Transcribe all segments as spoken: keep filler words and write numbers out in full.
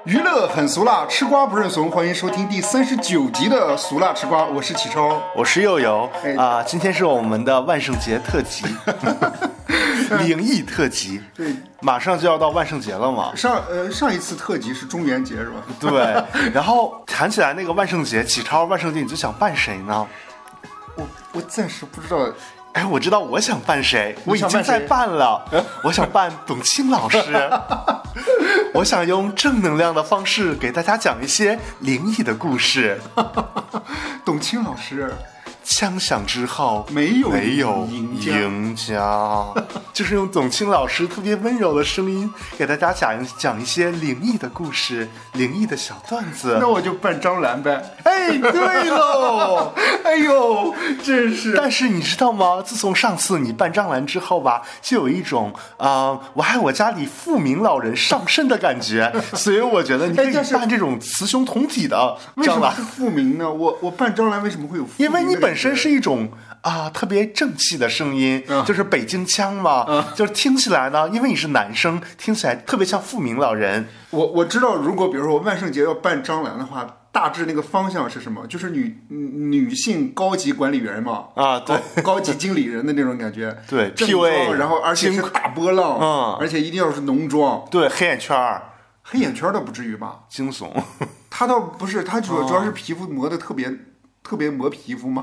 娱乐很俗辣，吃瓜不认怂，欢迎收听第三十九集的俗辣吃瓜，我是启超， 我是佑佑啊、呃，今天是我们的万圣节特辑，灵异特辑， 对， 马上就要到万圣节了嘛。 上呃上一次特辑是中元节是吧？ 对，然后谈起来那个万圣节，启超万圣节你最想扮谁呢？ 我我暂时不知道。 哎，我知道我想扮谁，我已经在扮了。我想扮董卿老师，我想用正能量的方式给大家讲一些灵异的故事。 董卿老师， 枪响之后没有没有赢家， 赢家就是用董卿老师特别温柔的声音给大家讲讲一些灵异的故事、灵异的小段子。 那我就扮张兰呗。 哎，对喽， 哎呦，真是！ 但是你知道吗？自从上次你扮张兰之后吧，就有一种啊、呃，我爱我家里富民老人上身的感觉，所以我觉得你可以扮这种雌雄同体的张兰。 为什么是富民呢？我我扮张兰为什么会有富民？ 因为你本身是一种啊、呃、特别正气的声音，嗯、就是北京腔嘛，嗯、就是听起来呢，因为你是男生，听起来特别像富民老人。 我我知道，如果比如说我万圣节要扮张兰的话。大致那个方向是什么？就是女女性高级管理员嘛， 啊，对， 高, 高级经理人的那种感觉， 对 ，P U A， 然后而且是大波浪， 嗯， 而且一定要是浓妆， 对，黑眼圈儿， 黑眼圈倒不至于吧？ 惊悚， 他倒不是，他主要、哦、主要是皮肤磨的特别特别磨皮肤嘛。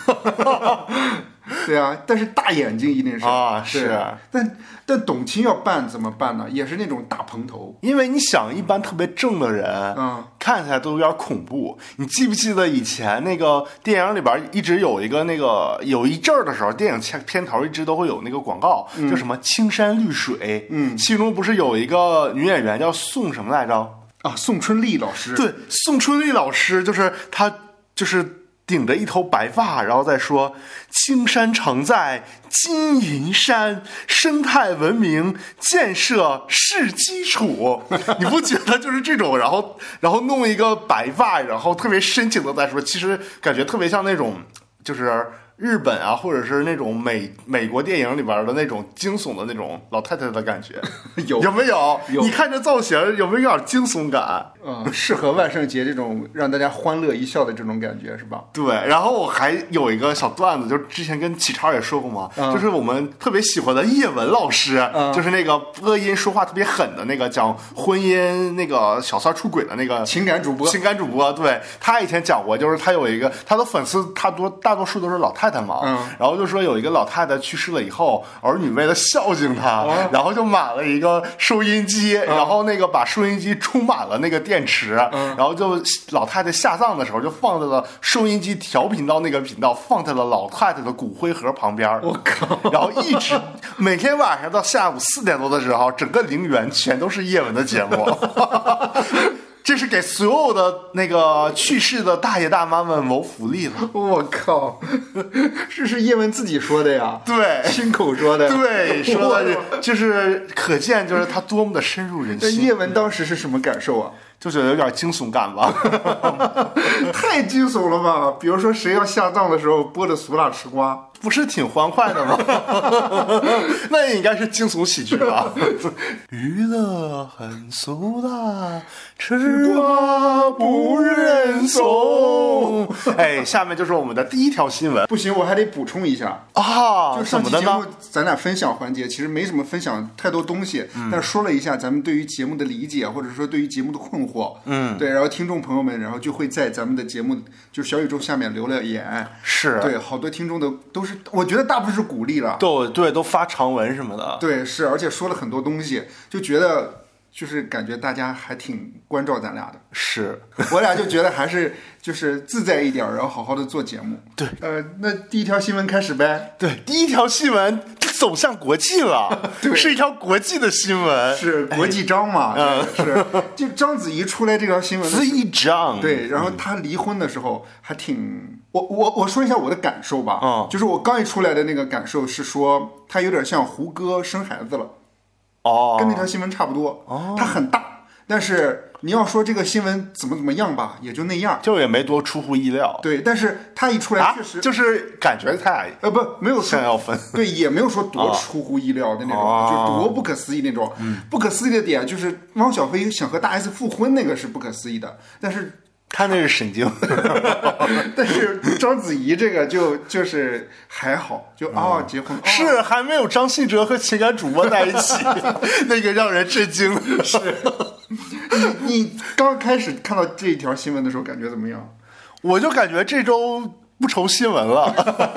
对啊，但是大眼睛一定是啊，是。 但但董卿要扮怎么办呢？也是那种大蓬头， 因为你想，一般特别正的人， 嗯， 看起来都有点恐怖。你记不记得以前那个电影里边一直有一个那个有一阵儿的时候，电影片头一直都会有那个广告，嗯、叫什么青山绿水， 嗯， 其中不是有一个女演员叫宋什么来着？ 啊，宋春丽老师。 对，宋春丽老师就是她，就是。顶着一头白发，然后再说青山常在金银山，生态文明建设是基础。你不觉得就是这种，然后然后弄一个白发，然后特别深情的在说，其实感觉特别像那种就是日本啊，或者是那种美美国电影里边的那种惊悚的那种老太太的感觉。 有有没有？ 有。 你看这造型有没有点惊悚感？ 嗯，适合万圣节这种让大家欢乐一笑的这种感觉是吧？ 对，然后我还有一个小段子，就是之前跟启超也说过嘛，嗯、就是我们特别喜欢的叶文老师，嗯、就是那个播音说话特别狠的那个讲婚姻那个小三出轨的那个情感主播， 情感主播，对，他以前讲过，就是他有一个他的粉丝，他多大多数都是老太太嘛， 嗯， 然后就说有一个老太太去世了以后，儿女为了孝敬她，嗯、然后就买了一个收音机，嗯、然后那个把收音机充满了那个电池。嗯然后就老太太下葬的时候，就放在了收音机调频到那个频道，放在了老太太的骨灰盒旁边。 我靠！ 然后一直每天晚上到下午四点多的时候，整个陵园全都是叶文的节目。这是给所有的那个去世的大爷大妈们谋福利了。 我靠，这是叶文自己说的呀？ 对， 亲口说的。 对，说的是就是可见就是他多么的深入人心。 那叶文当时是什么感受啊？ 就觉得有点惊悚感吧。 太惊悚了吧？比如说谁要下葬的时候播的俗辣吃瓜， 不是挺欢快的吗？那也应该是惊悚喜剧吧。娱乐很俗辣，吃瓜不认怂。哎，下面就是我们的第一条新闻。 不行，我还得补充一下啊， 就上期节目咱俩分享环节其实没什么分享太多东西，嗯、但说了一下咱们对于节目的理解，或者说对于节目的困惑。 嗯， 对，然后听众朋友们，然后就会在咱们的节目就小宇宙下面留了言。 是， 对，好多听众都都是，我觉得大部分是鼓励了， 都对，都发长文什么的。 对，是，而且说了很多东西，就觉得就是感觉大家还挺关照咱俩的。 是， 我俩就觉得还是就是自在一点，然后好好的做节目。 对， 呃，那第一条新闻开始呗。 对，第一条新闻走向国际了，是一条国际的新闻， 是国际章嘛？ 嗯， 是。就章子怡出来这条新闻， 子怡章， 对，然后她离婚的时候还挺，我我我说一下我的感受吧。 嗯， 就是我刚一出来的那个感受是说，她有点像胡歌生孩子了。 哦， 跟那条新闻差不多。 哦， 她很大。 但是你要说这个新闻怎么怎么样吧，也就那样， 就也没多出乎意料。 对，但是他一出来确实、 啊、就是感觉他呃不没有想要分， 对，也没有说多出乎意料的那种， 哦、 就多不可思议那种。嗯、不可思议的点就是汪小菲想和大 S 复婚，那个是不可思议的，但是。 他那是神经， 但是章子怡这个就就是还好，就啊、哦、结婚、哦、 是还没有张信哲和情感主播在一起，那个让人震惊。 是，你你刚开始看到这一条新闻的时候感觉怎么样？ 我就感觉这周不愁新闻了。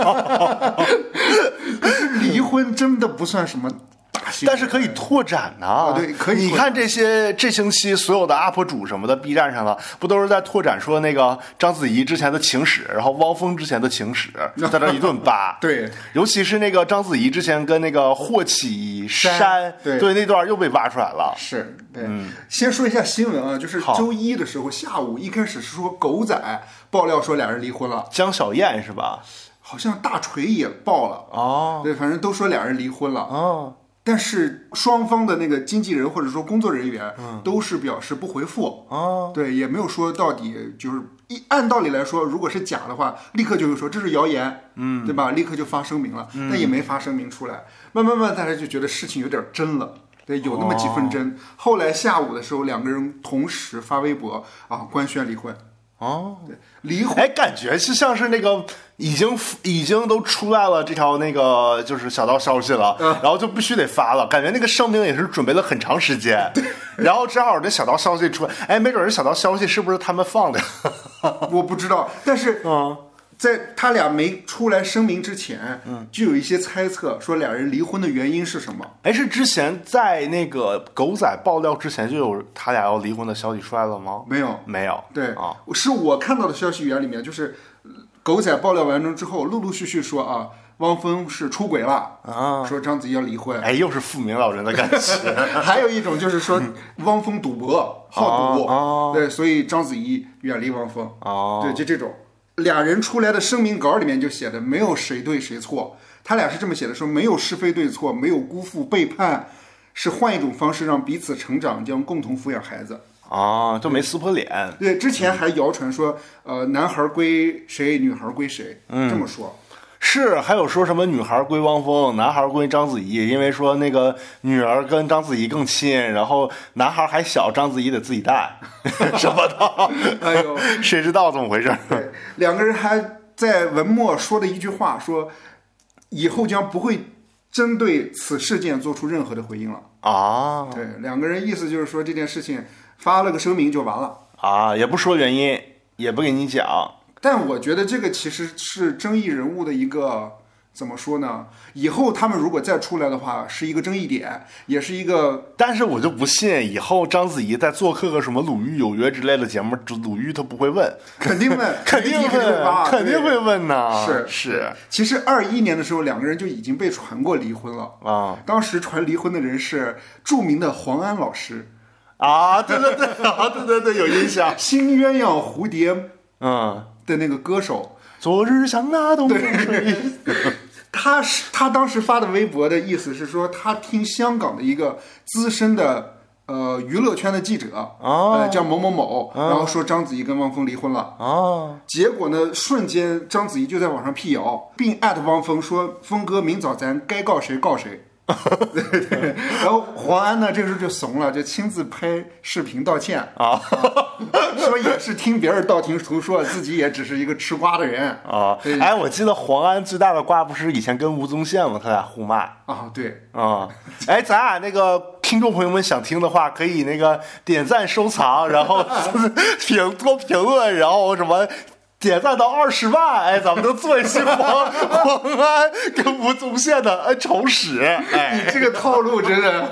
可是离婚真的不算什么。 但是可以拓展呢、啊哦，对，可以。 你看这些这星期所有的 U P 主什么的 ，B 站上的不都是在拓展说那个章子怡之前的情史，然后汪峰之前的情史，在这一顿扒。 对， 尤其是那个章子怡之前跟那个霍启山， 对对，那段又被挖出来了。 是，对。嗯、先说一下新闻啊，就是周一的时候下午，一开始是说狗仔爆料说俩人离婚了， 江小燕是吧？ 好像大锤也爆了哦， 对，反正都说俩人离婚了哦。 但是双方的那个经纪人或者说工作人员都是表示不回复， 哦， 对，也没有说到底，就是一按道理来说，如果是假的话，立刻就会说这是谣言，嗯，对吧？立刻就发声明了，但也没发声明出来。慢慢慢，大家就觉得事情有点真了，对，有那么几分真。后来下午的时候，两个人同时发微博啊，官宣离婚。 哦， 对，离婚， 哎，感觉是像是那个已经已经都出来了这条那个就是小道消息了，嗯、然后就必须得发了。感觉那个声明也是准备了很长时间，然后正好这小道消息出来，哎，没准这小道消息是不是他们放的？ 我不知道，但是嗯。在他俩没出来声明之前，嗯，就有一些猜测说俩人离婚的原因是什么？ 哎，是之前在那个狗仔爆料之前就有他俩要离婚的消息出来了吗？ 没有， 没有。 对啊， 是我看到的消息源里面，就是狗仔爆料完成之后，陆陆续续说啊，汪峰是出轨了啊， 说章子怡要离婚。 哎，又是富民老人的感觉。 还有一种就是说汪峰赌博，好赌， 哦、 对，所以章子怡远离汪峰。 哦， 对，就这种。俩人出来的声明稿里面就写的没有谁对谁错，他俩是这么写的，说没有是非对错，没有辜负背叛，是换一种方式让彼此成长，将共同抚养孩子。 啊，就没撕破脸。 对，之前还谣传说，呃，男孩归谁，女孩归谁， 嗯， 这么说。 是，还有说什么女孩归汪峰，男孩归章子怡，因为说那个女儿跟章子怡更亲，然后男孩还小，章子怡得自己带，什么的。 哎呦， 谁知道怎么回事？ 对，两个人还在文末说了一句话，说以后将不会针对此事件做出任何的回应了。 啊， 对，两个人意思就是说这件事情发了个声明就完了啊，也不说原因，也不给你讲。 但我觉得这个其实是争议人物的一个怎么说呢？以后他们如果再出来的话，是一个争议点，也是一个。 但是我就不信以后章子怡再做客个什么《鲁豫有约》之类的节目，鲁豫他不会问， 肯定问， 肯定问，肯定会问呐。 是是。 其实二一年的时候，两个人就已经被传过离婚了啊。 当时传离婚的人是著名的黄安老师啊，对对对，啊对对对，有印象。 新鸳鸯蝴蝶， 嗯。 的那个歌手， 昨日像那东水。 他是他当时发的微博的意思是说，他听香港的一个资深的呃娱乐圈的记者， 哦、 呃叫某某某， 哦、 然后说章子怡跟汪峰离婚了。 哦， 结果呢，瞬间章子怡就在网上辟谣，并艾特汪峰说：“峰哥，明早咱该告谁告谁。”对对，然后黄安呢，这个时候就怂了，就亲自拍视频道歉啊， 说也是听别人道听途说，自己也只是一个吃瓜的人啊。哎，我记得黄安最大的瓜不是以前跟吴宗宪吗？他俩互骂啊，对啊。哎，咱俩那个听众朋友们想听的话，可以那个点赞收藏，然后评多评论，然后什么。点赞到二十万，哎，咱们都做一期黄黄安跟吴宗宪的哎丑史，哎， 你这个套路真的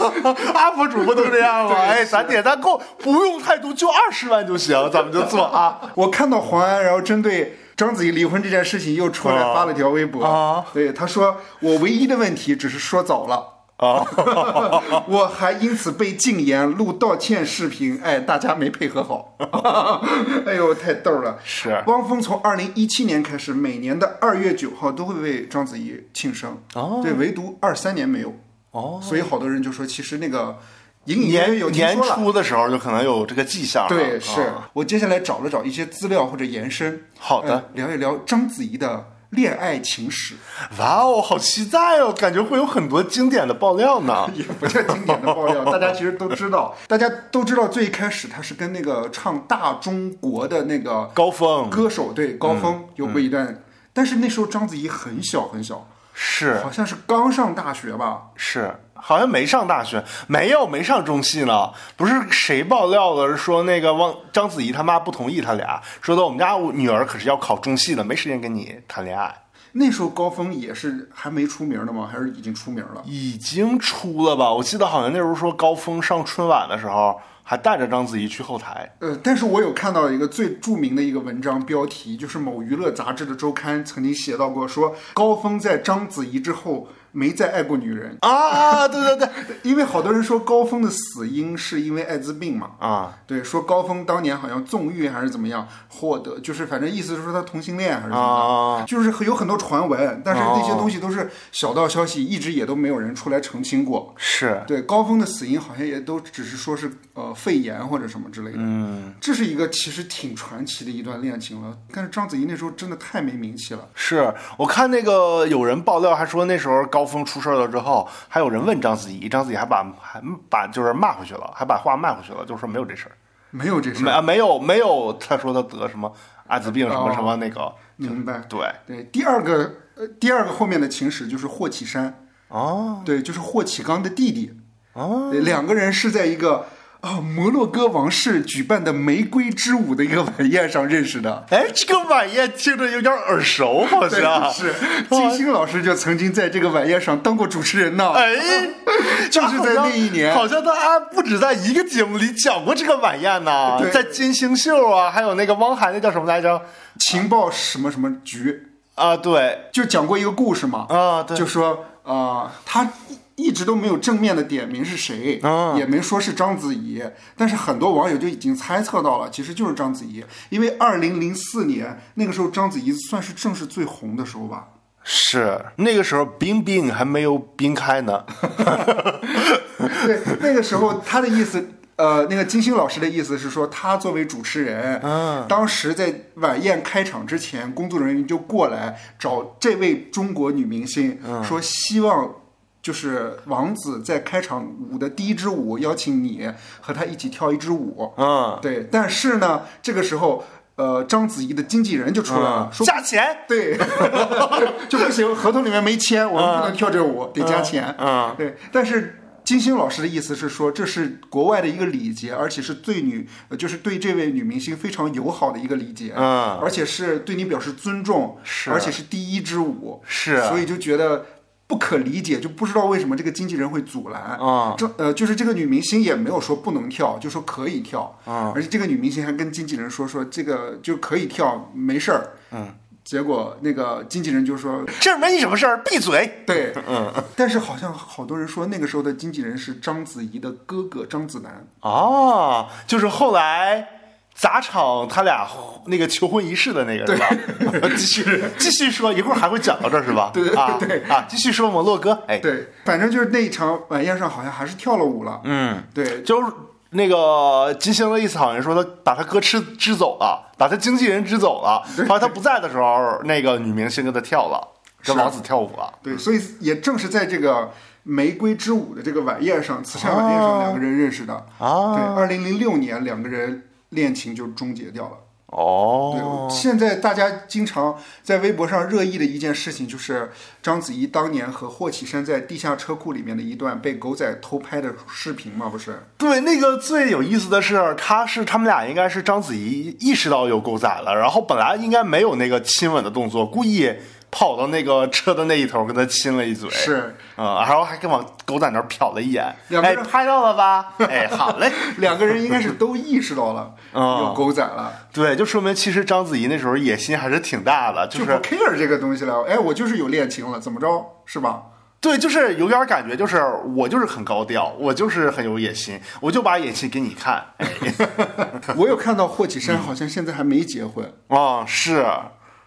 ，U P 主不都这样吗？哎，咱点赞够，不用太多，就二十万就行，咱们就做啊。 我看到黄安，然后针对章子怡离婚这件事情又出来发了条微博， 啊、 对，他说我唯一的问题只是说早了。 啊！ 我还因此被禁言录道歉视频，哎，大家没配合好，哎呦，太逗了。 是汪峰从二零一七年开始，每年的二月九号都会为章子怡庆生， 哦， 对，唯独二三年没有， 哦， 所以好多人就说，其实那个隐隐约约有听年说了。 初的时候就可能有这个迹象了。 对，是、 啊、 我接下来找了找一些资料或者延伸， 好的、 呃，聊一聊章子怡的恋爱情史。 哇哦，好期待哦！感觉会有很多经典的爆料呢。 也不叫经典的爆料，大家其实都知道，大家都知道最开始他是跟那个唱大中国的那个高峰歌手对高峰、 嗯、 有过一段、嗯，但是那时候章子怡很小很小， 是好像是刚上大学吧？ 是。好像没上大学，没有没上中戏呢。不是谁爆料的，说那个汪章子怡他妈不同意他俩，说的我们家女儿可是要考中戏的，没时间跟你谈恋爱。 那时候高峰也是还没出名的吗？还是已经出名了？ 已经出了吧？我记得好像那时候说高峰上春晚的时候还带着章子怡去后台。 呃，但是我有看到一个最著名的一个文章标题，就是某娱乐杂志的周刊曾经写到过，说高峰在章子怡之后没再爱过女人啊！对对对， 因为好多人说高峰的死因是因为艾滋病嘛。 啊， 对，说高峰当年好像纵欲还是怎么样获得，就是反正意思是说他同性恋还是怎么样，啊、就是有很多传闻，但是那些东西都是小道消息，一直也都没有人出来澄清过。 是对高峰的死因好像也都只是说是呃肺炎或者什么之类的。 嗯， 这是一个其实挺传奇的一段恋情了。但是章子怡那时候真的太没名气了。 是我看那个有人爆料还说那时候高峰出事了之后，还有人问章子怡，章子怡还把还把就是骂回去了，还把话骂回去了，就是说没有这事儿， 没有这事儿，没有没有，他说他得什么艾滋病什么什么那个，哦、 明白？ 对对，第二个呃第二个后面的情史就是霍启山， 哦， 对，就是霍启刚的弟弟， 哦， 两个人是在一个。啊、哦，摩洛哥王室举办的玫瑰之舞的一个晚宴上认识的。 哎，这个晚宴听着有点耳熟，好像是金星老师就曾经在这个晚宴上当过主持人呢。 哎， 就是在那一年， 好像他还不止在一个节目里讲过这个晚宴呢，在金星秀啊，还有那个汪涵那叫什么来着？ 情报什么什么局啊，对， 就讲过一个故事嘛。 啊，对， 就说啊、呃，他。一直都没有正面的点名是谁、 嗯， 也没说是章子怡，但是很多网友就已经猜测到了，其实就是章子怡，因为二零零四年那个时候章子怡算是正是最红的时候吧。 是那个时候冰冰还没有冰开呢。 对，那个时候他的意思。呃，那个金星老师的意思是说，他作为主持人， 嗯， 当时在晚宴开场之前，工作人员就过来找这位中国女明星， 嗯、 说希望就是王子在开场舞的第一支舞，邀请你和他一起跳一支舞。 嗯， 对。但是呢，这个时候，呃，章子怡的经纪人就出来了， 嗯、 说加钱， 对，就不行，合同里面没签，我们不能跳这舞， 嗯、 得加钱。 嗯， 对，但是。金星老师的意思是说，这是国外的一个礼节，而且是对女，就是对这位女明星非常友好的一个礼节， 嗯， 而且是对你表示尊重， 是， 而且是第一支舞， 是， 所以就觉得不可理解，就不知道为什么这个经纪人会阻拦， 嗯， 这呃，就是这个女明星也没有说不能跳，就说可以跳， 嗯， 而且这个女明星还跟经纪人说说这个就可以跳，没事儿， 嗯。 结果那个经纪人就说：“ 这没你什么事儿，闭嘴。” 对， 嗯。 但是好像好多人说那个时候的经纪人是章子怡的哥哥张子楠。 哦，就是后来砸场他俩那个求婚仪式的那个是吧？继续继续说，一会儿还会讲到这儿是吧？ 对对对、 啊、对啊，继续说摩洛哥。哎， 对，反正就是那一场晚宴上好像还是跳了舞了。 嗯， 对， 就是。那个金星的意思好像说他把他哥吃支走了，把他经纪人支走了。后来他不在的时候，那个女明星跟他跳了，跟王子跳舞了。 对，所以也正是在这个玫瑰之舞的这个晚宴上，慈善晚宴上两个人认识的。 啊， 对，二零零六年两个人恋情就终结掉了。 哦， 对，现在大家经常在微博上热议的一件事情，就是章子怡当年和霍启山在地下车库里面的一段被狗仔偷拍的视频嘛，不是？ 对，那个最有意思的是，他是他们俩应该是章子怡意识到有狗仔了，然后本来应该没有那个亲吻的动作，故意跑到那个车的那一头跟他亲了一嘴， 是， 嗯，然后还跟往狗仔那儿瞟了一眼， 哎， 拍到了吧？哎，好嘞， 两个人应该是都意识到了有狗仔了， 嗯、对，就说明其实章子怡那时候野心还是挺大的，就是、 就不 care 这个东西了，哎，我就是有恋情了，怎么着，是吧？ 对，就是有点感觉，就是我就是很高调，我就是很有野心，我就把野心给你看。哎、 我有看到霍启山好像现在还没结婚啊、哦，是。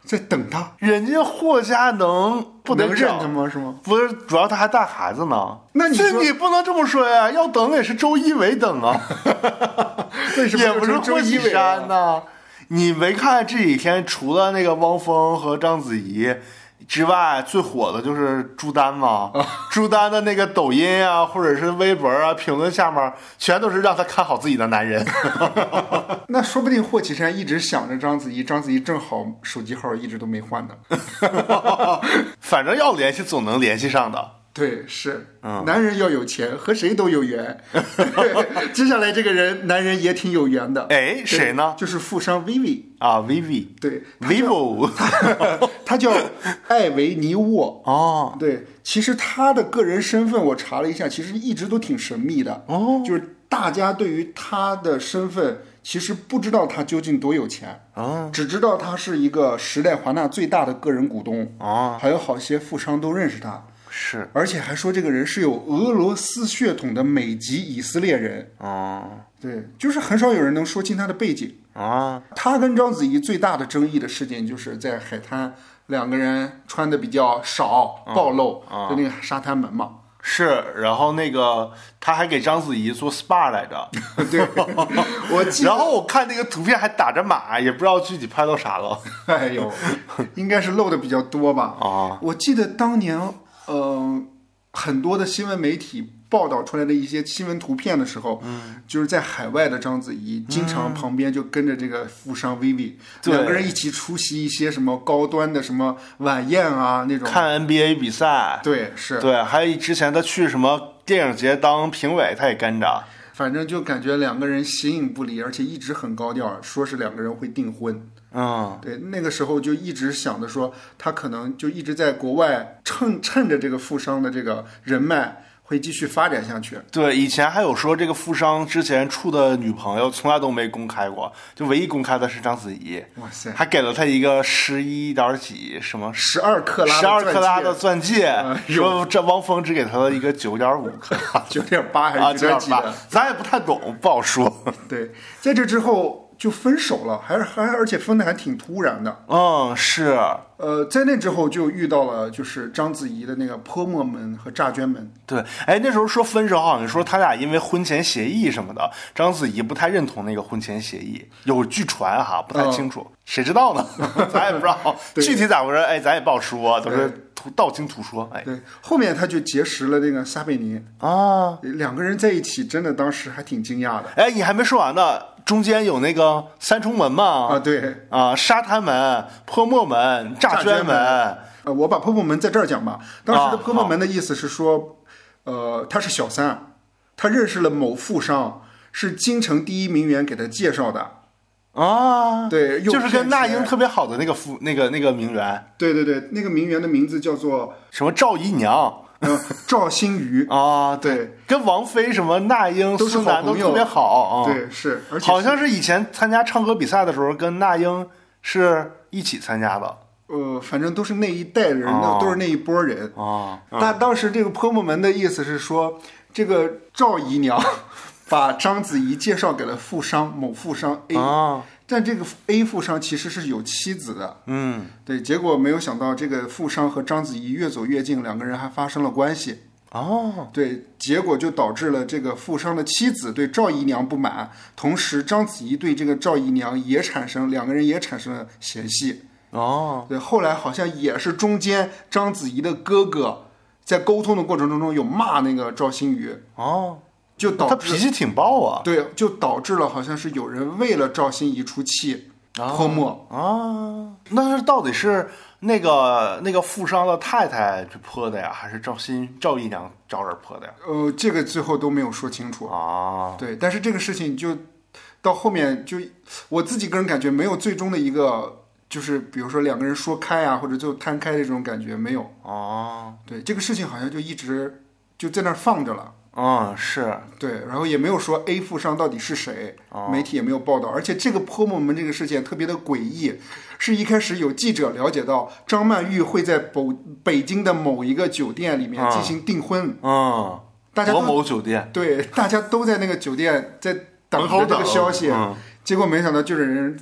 在等他。 人家霍家能不得能认他吗？是吗？ 不是，主要他还带孩子呢。 那你说你不能这么说呀，要等也是周一围等啊， 为什么也不是霍启山呢、 啊？ 你没看这几天除了那个汪峰和章子怡之外，最火的就是朱丹嘛。啊、朱丹的那个抖音啊，或者是微博啊，评论下面全都是让他看好自己的男人。 那说不定霍启山一直想着章子怡，章子怡正好手机号一直都没换呢。 反正要联系总能联系上的。 对，是， 嗯， 男人要有钱，和谁都有缘。接下来这个人，男人也挺有缘的。 哎，谁呢？ 就是富商 Vivi 啊 ，Vivi， 对 ，vivo， 他, 他叫艾维尼沃。 哦， 对，其实他的个人身份我查了一下，其实一直都挺神秘的。 哦， 就是大家对于他的身份，其实不知道他究竟多有钱。 哦， 只知道他是一个时代华纳最大的个人股东。 哦， 还有好些富商都认识他。 是， 而且还说这个人是有俄罗斯血统的美籍以色列人。 哦， 对，就是很少有人能说清他的背景。 啊， 他跟章子怡最大的争议的事件，就是在海滩两个人穿的比较少、暴露的那个沙滩门嘛。 是，然后那个他还给章子怡做 S P A 来着。 对，我记得然后我看那个图片还打着码，也不知道具体拍到啥了。 哎呦，应该是露的比较多吧。 啊， 我记得当年，嗯、呃，很多的新闻媒体报道出来的一些新闻图片的时候，嗯，就是在海外的章子怡，经常旁边就跟着这个富商 Vivi，、嗯、两个人一起出席一些什么高端的什么晚宴啊那种， 看 N B A 比赛， 对，是， 对，还有之前他去什么电影节当评委，他也跟着， 反正就感觉两个人形影不离，而且一直很高调，说是两个人会订婚。 嗯， 对，那个时候就一直想着说，他可能就一直在国外趁趁着这个富商的这个人脉。会继续发展下去。 对，以前还有说这个富商之前处的女朋友从来都没公开过，就唯一公开的是章子怡。 哇塞！ 还给了他一个十一点几什么十二克拉十二克拉的钻戒， 呃、 说这汪峰只给他了一个九点五克拉， 九点八还是九点几的， 咱也不太懂，不好说。 对，在这之后就分手了，还是还而且分的还挺突然的。 嗯，是。 呃，在那之后就遇到了就是章子怡的那个泼墨门和诈捐门。 对，哎，那时候说分手好像说他俩因为婚前协议什么的，章子怡不太认同那个婚前协议，有据传哈，不太清楚，嗯、谁知道呢？咱也不知道具体咋回事，哎，咱也不好说，都是道听途说。哎， 对，后面他就结识了那个撒贝宁啊， 两个人在一起，真的当时还挺惊讶的。 哎，你还没说完呢。中间有那个三重门嘛？ 啊，对啊，沙滩门、泼墨门、诈捐门。 呃，我把泼墨门在这儿讲吧。当时的泼墨门的意思是说，啊、呃，他是小三，他认识了某富商，是京城第一名媛给他介绍的。 啊， 对， 就是跟那英特别好的那个富那个那个名媛。 对对对，那个名媛的名字叫做什么赵姨娘。 呃，赵新瑜啊， 对， 跟王菲、什么那英、苏南都特别好啊。对，是，而且好像是以前参加唱歌比赛的时候，跟那英是一起参加的。 呃，反正都是那一代人的，哦、都是那一波人啊。 但当时这个泼墨门的意思是说，这个赵姨娘把章子怡介绍给了富商某富商 A。 啊， 但这个 A 富商其实是有妻子的， 嗯， 对，结果没有想到这个富商和章子怡越走越近，两个人还发生了关系。 哦， 对，结果就导致了这个富商的妻子对赵姨娘不满，同时章子怡对这个赵姨娘也产生，两个人也产生了嫌隙。 哦， 对，后来好像也是中间章子怡的哥哥在沟通的过程当中有骂那个赵新宇。 哦。 就导致他脾气挺暴啊， 对，就导致了好像是有人为了赵心怡出气泼墨啊。那是到底是那个那个富商的太太去泼的呀，还是赵心赵姨娘找人泼的呀？ 呃，这个最后都没有说清楚啊。 对，但是这个事情就到后面就我自己个人感觉没有最终的一个，就是比如说两个人说开啊，或者最后摊开的这种感觉没有啊。 对，这个事情好像就一直就在那儿放着了。 嗯，是对，然后也没有说 A 富商到底是谁， 哦、 媒体也没有报道，而且这个泼墨门这个事件特别的诡异，是一开始有记者了解到张曼玉会在北北京的某一个酒店里面进行订婚， 嗯， 大家都某某酒店， 对，大家都在那个酒店在等着这个消息， 嗯、 结果没想到就有人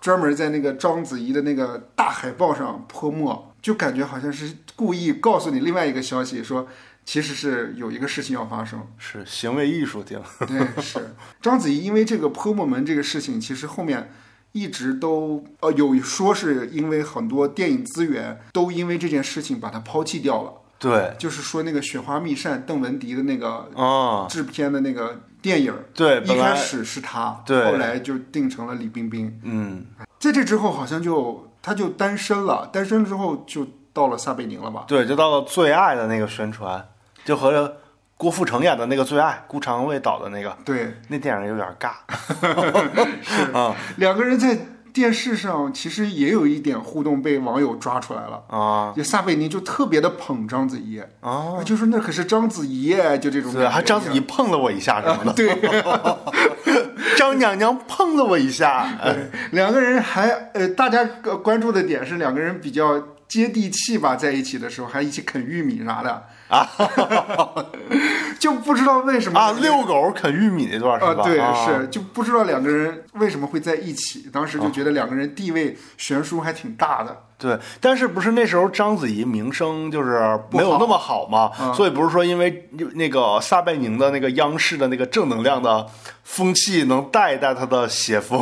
专门在那个章子怡的那个大海报上泼墨，就感觉好像是故意告诉你另外一个消息，说其实是有一个事情要发生， 是行为艺术挺。 对，是章子怡因为这个泼墨门这个事情，其实后面一直都呃有说是因为很多电影资源都因为这件事情把它抛弃掉了。 对， 就是说那个《雪花秘扇》邓文迪的那个啊制片的那个电影， 对， 一开始是他， 对， 后来就定成了李冰冰。 嗯， 在这之后好像就他就单身了，单身之后就到了撒贝宁了吧？ 对，就到了《最爱》的那个宣传，就和郭富城演的那个《最爱》，顾长卫导的那个， 对， 那电影有点尬。 是啊，两个人在电视上其实也有一点互动，被网友抓出来了啊！ 就撒贝宁就特别的捧章子怡啊， 就说那可是章子怡，就这种对，还章子怡碰了我一下什么的， 啊、对， 张娘娘碰了我一下， 对，两个人还呃，大家关注的点是两个人比较接地气吧，在一起的时候还一起啃玉米啥的啊，就不知道为什么啊，遛狗啃玉米那段是吧？ 啊，对， 啊、 是就不知道两个人为什么会在一起，当时就觉得两个人地位悬殊还挺大的。 对，但是不是那时候章子怡名声就是没有那么好嘛， 好所以不是说因为那个撒贝宁的那个央视的那个正能量的风气能带一带她的邪风，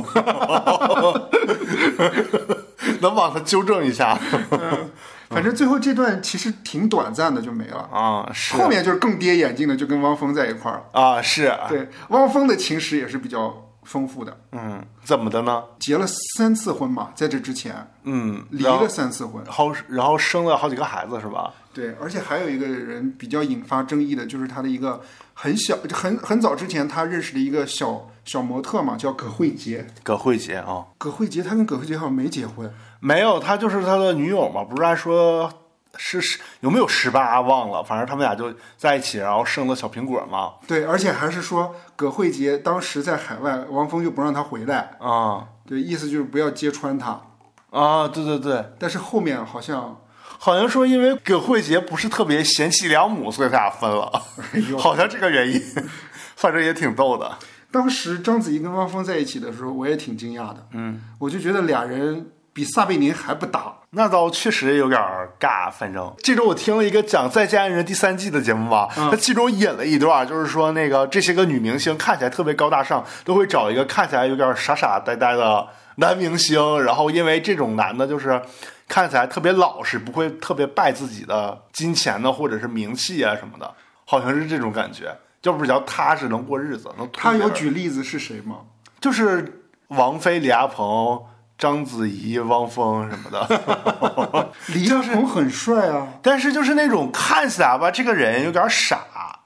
能帮她纠正一下。 嗯反正最后这段其实挺短暂的，就没了啊。是后面就是更跌眼镜的，就跟汪峰在一块儿啊。是， 对，汪峰的情史也是比较丰富的。 嗯，怎么的呢？ 结了三次婚嘛，在这之前， 嗯， 离了三次婚， 好，然后生了好几个孩子是吧？ 对，而且还有一个人比较引发争议的，就是他的一个很小、很很早之前他认识的一个小小模特嘛，叫葛慧杰。 葛慧杰啊， 葛慧杰，他跟葛慧杰好像没结婚。 没有，他就是他的女友嘛，不是还说是是有没有十八忘了，反正他们俩就在一起，然后生了小苹果嘛。 对，而且还是说葛慧杰当时在海外，王峰就不让他回来啊， 对，意思就是不要揭穿他啊，对对对。 但是后面好像好像说因为葛慧杰不是特别贤妻良母，所以他俩分了， 哎、 好像这个原因，反正也挺逗的。 当时章子怡跟汪峰在一起的时候，我也挺惊讶的， 嗯， 我就觉得俩人比撒贝宁还不搭。 那倒确实有点尬，反正这周我听了一个讲《再见爱人》第三季的节目吧， 嗯、 他其中引了一段，就是说那个这些个女明星看起来特别高大上，都会找一个看起来有点傻傻呆呆的男明星，然后因为这种男的就是看起来特别老实，不会特别败自己的金钱呢，或者是名气啊什么的，好像是这种感觉，就比较踏实，能过日子。能他有举例子是谁吗？ 就是王菲、李亚鹏、章子怡、汪峰什么的。 李亚鹏很帅啊， 但是就是那种看起来吧，这个人有点傻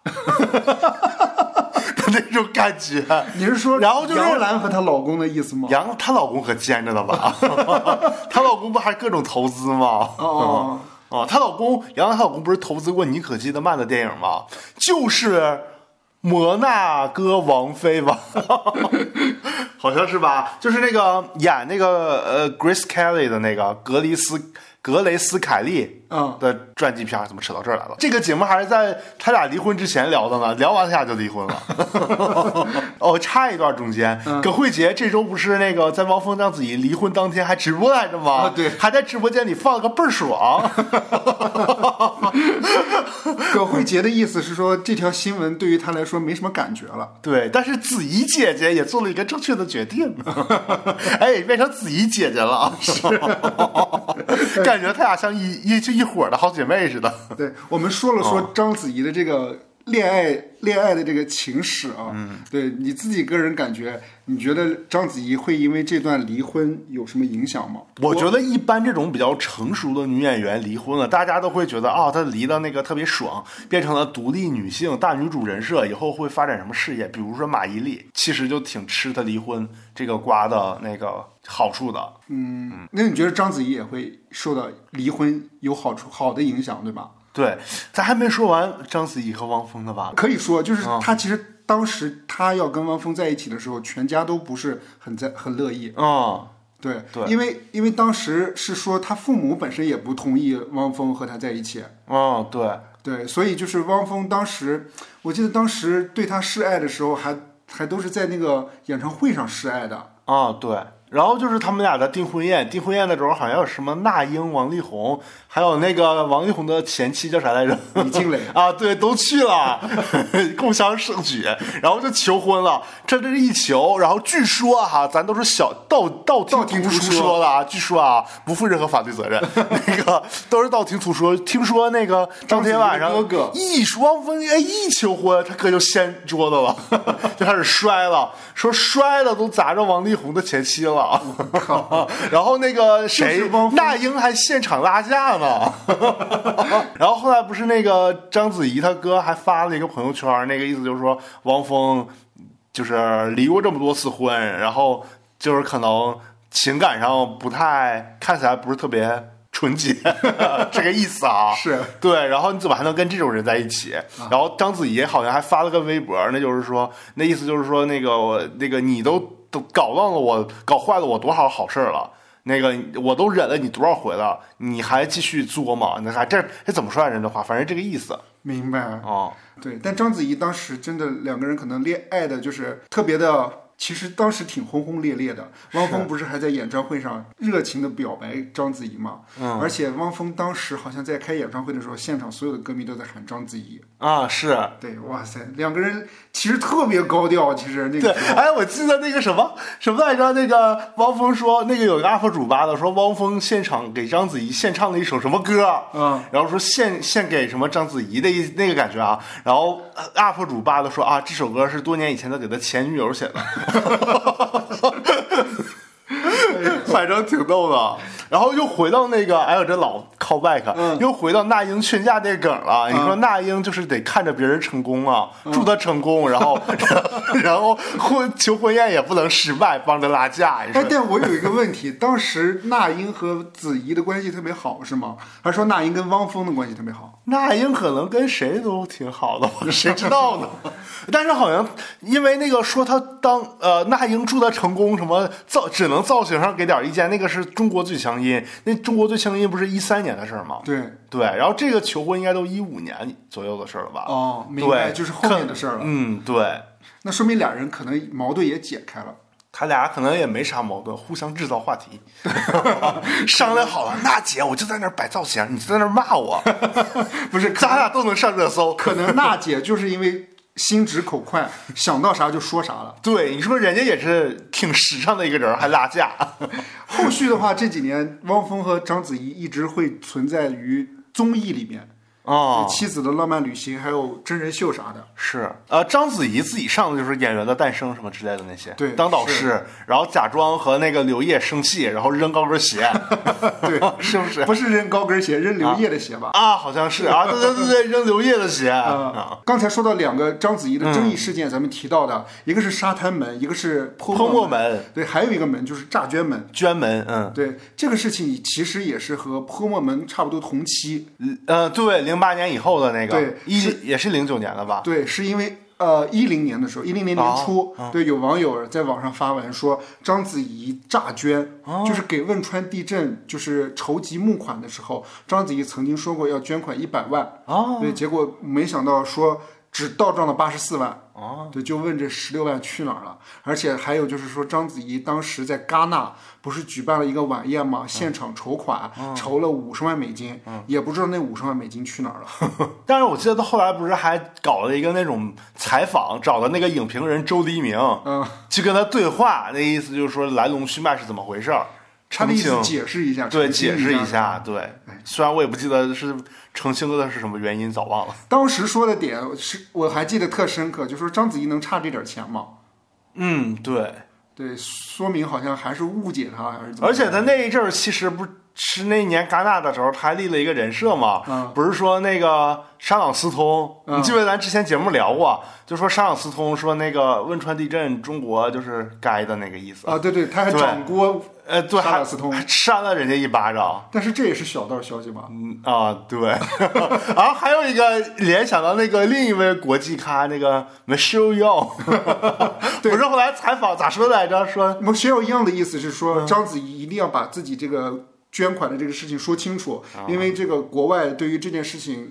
的那种感觉。 你是说， 然后就是杨澜和她老公的意思吗？ 杨她老公可尖着呢吧？她老公不还各种投资吗？ 哦哦，她老公杨澜她老公不是投资过妮可基德曼的电影吗？就是摩纳哥王妃吧。好像是吧，就是那个演那个呃 Grace Kelly 的那个格里斯格雷斯凯利的传记片，怎么扯到这儿来了？这个节目还是在他俩离婚之前聊的呢，聊完他俩就离婚了。哦，差一段中间，嗯、葛慧杰这周不是那个在汪峰章子怡离婚当天还直播来着吗？ 啊，对， 还在直播间里放了个倍儿爽。 葛慧杰的意思是说，这条新闻对于他来说没什么感觉了。 对，但是子怡姐姐也做了一个正确的决定，哎，变成子怡姐姐了，是，感觉他俩像一一就一伙的好姐妹似的。 对，我们说了说章子怡的这个恋爱恋爱的这个情史啊，嗯，对你自己个人感觉，你觉得章子怡会因为这段离婚有什么影响吗？ 我觉得一般这种比较成熟的女演员离婚了，大家都会觉得啊、哦，她离的那个特别爽，变成了独立女性大女主人设，以后会发展什么事业？比如说马伊琍，其实就挺吃她离婚这个瓜的那个好处的。 嗯，那你觉得章子怡也会受到离婚有好处好的影响，对吧？ 对，咱还没说完章子怡和汪峰的吧？ 可以说，就是他其实当时他要跟汪峰在一起的时候，全家都不是很在很乐意。 嗯， 对， 对， 因为因为当时是说他父母本身也不同意汪峰和他在一起。 嗯，对对，所以就是汪峰当时，我记得当时对他示爱的时候还，还还都是在那个演唱会上示爱的。 啊、嗯，对。 然后就是他们俩的订婚宴，订婚宴的时候好像有什么那英、王力宏，还有那个王力宏的前妻叫啥来着？ 李静蕾啊，对，都去了，共襄盛举，然后就求婚了。这这一求，然后据说哈、啊，咱都是小道道听途说说的啊，据说啊，不负任何法律责任，那个都是道听途说。听说那个当天晚上， 哥哥一汪峰哎一求婚，他哥就掀桌子了，就开始摔了，说摔了都砸着王力宏的前妻了。然后那个谁，那英还现场拉架呢。然后后来不是那个章子怡他哥还发了一个朋友圈，那个意思就是说汪峰就是离过这么多次婚，然后就是可能情感上不太看起来不是特别纯洁，这个意思啊。 是对，然后你怎么还能跟这种人在一起？啊、然后章子怡好像还发了个微博，那就是说那意思就是说那个那个你都都搞乱了我，搞坏了我多少好事了。那个我都忍了你多少回了，你还继续作吗？那还这这怎么说来人的话？反正这个意思。 明白哦， 对，但章子怡当时真的两个人可能恋爱的就是特别的。其实当时挺轰轰烈烈的，汪峰不是还在演唱会上热情的表白章子怡吗？嗯，而且汪峰当时好像在开演唱会的时候，现场所有的歌迷都在喊章子怡啊，是对，哇塞，两个人其实特别高调，其实那个对，哎，我记得那个什么什么来着？那个汪峰说，那个有个 U P 主吧的说，汪峰现场给章子怡献唱了一首什么歌？嗯，然后说献献给什么章子怡的一那个感觉啊，然后 U P 主吧的说啊，这首歌是多年以前他给他前女友写的。反正挺逗的，然后又回到那个，哎呦这老 call back，、嗯、又回到那英劝嫁那梗了。嗯、你说那英就是得看着别人成功啊，嗯、祝他成功，然后然后婚求婚宴也不能失败，帮着拉架。 哎，但我有一个问题，当时那英和子怡的关系特别好是吗？还是说那英跟汪峰的关系特别好？ 那英可能跟谁都挺好的，谁知道呢？但是好像因为那个说他当呃那英祝他成功什么造只能造型上给点意见，那个是中国最强音，那中国最强音不是一三年的事儿吗？ 对对，然后这个求婚应该都一五年左右的事儿了吧？ 哦，明白，就是后面的事儿了。 嗯，对， 那说明俩人可能矛盾也解开了。 他俩可能也没啥矛盾，互相制造话题，商量好了。娜姐，我就在那儿摆造型，你就在那儿骂我， 不是， 咱俩都能上热搜。 可能娜姐就是因为心直口快，想到啥就说啥了。 对，你说人家也是挺时尚的一个人，还拉架。 后续的话，这几年汪峰和章子怡一直会存在于综艺里面。哦，妻子的浪漫旅行，还有真人秀啥的， 是呃，章子怡自己上的就是《演员的诞生》什么之类的那些， 对， 当导师，然后假装和那个刘烨生气，然后扔高跟鞋， 对， 是不是？ 不是扔高跟鞋，扔刘烨的鞋吧？ 啊，好像是啊，对对对对，扔刘烨的鞋。 啊，刚才说到两个章子怡的争议事件，咱们提到的，一个是沙滩门，一个是泼墨门，对，还有一个门就是诈捐门， 捐门，嗯， 对，这个事情其实也是和泼墨门差不多同期， 呃，对，零八年以后的那个， 对， 一也是零九年了吧？ 对，是因为呃一零年的时候，一零年年初，哦、对，有网友在网上发文说章子怡诈捐，哦、就是给汶川地震就是筹集募款的时候，章子怡曾经说过要捐款一百万，哦，对，结果没想到说只到账了八十四万。哦，对，就问这十六万去哪儿了？而且还有就是说，章子怡当时在戛纳不是举办了一个晚宴吗？现场筹款，嗯、筹了五十万美金，嗯、也不知道那五十万美金去哪儿了。 但是我记得他后来不是还搞了一个那种采访，找的那个影评人周黎明，嗯，去跟他对话，那意思就是说来龙去脉是怎么回事儿。 他的意思解释一下， 对，解释一下，对。虽然我也不记得是澄清的是什么原因，早忘了。 当时说的点是我还记得特深刻，就说章子怡能差这点钱吗？ 嗯，对， 对，说明好像还是误解他，还是怎么？ 而且他那一阵儿其实不是那一年戛纳的时候，他还立了一个人设嘛，嗯、不是说那个沙朗斯通，嗯、你记不记得咱之前节目聊过？就说沙朗斯通说那个汶川地震，中国就是该的那个意思啊，对对，他还掌掴。 呃，对， 沙朗斯通扇了人家一巴掌， 但是这也是小道消息吧？ 嗯啊，对。然后还有一个联想到那个另一位国际咖，那个 Michelle Yeoh， 不是后来采访咋说来着？说 Michelle Yeoh 的意思是说，章子怡一定要把自己这个捐款的这个事情说清楚，嗯、因为这个国外对于这件事情。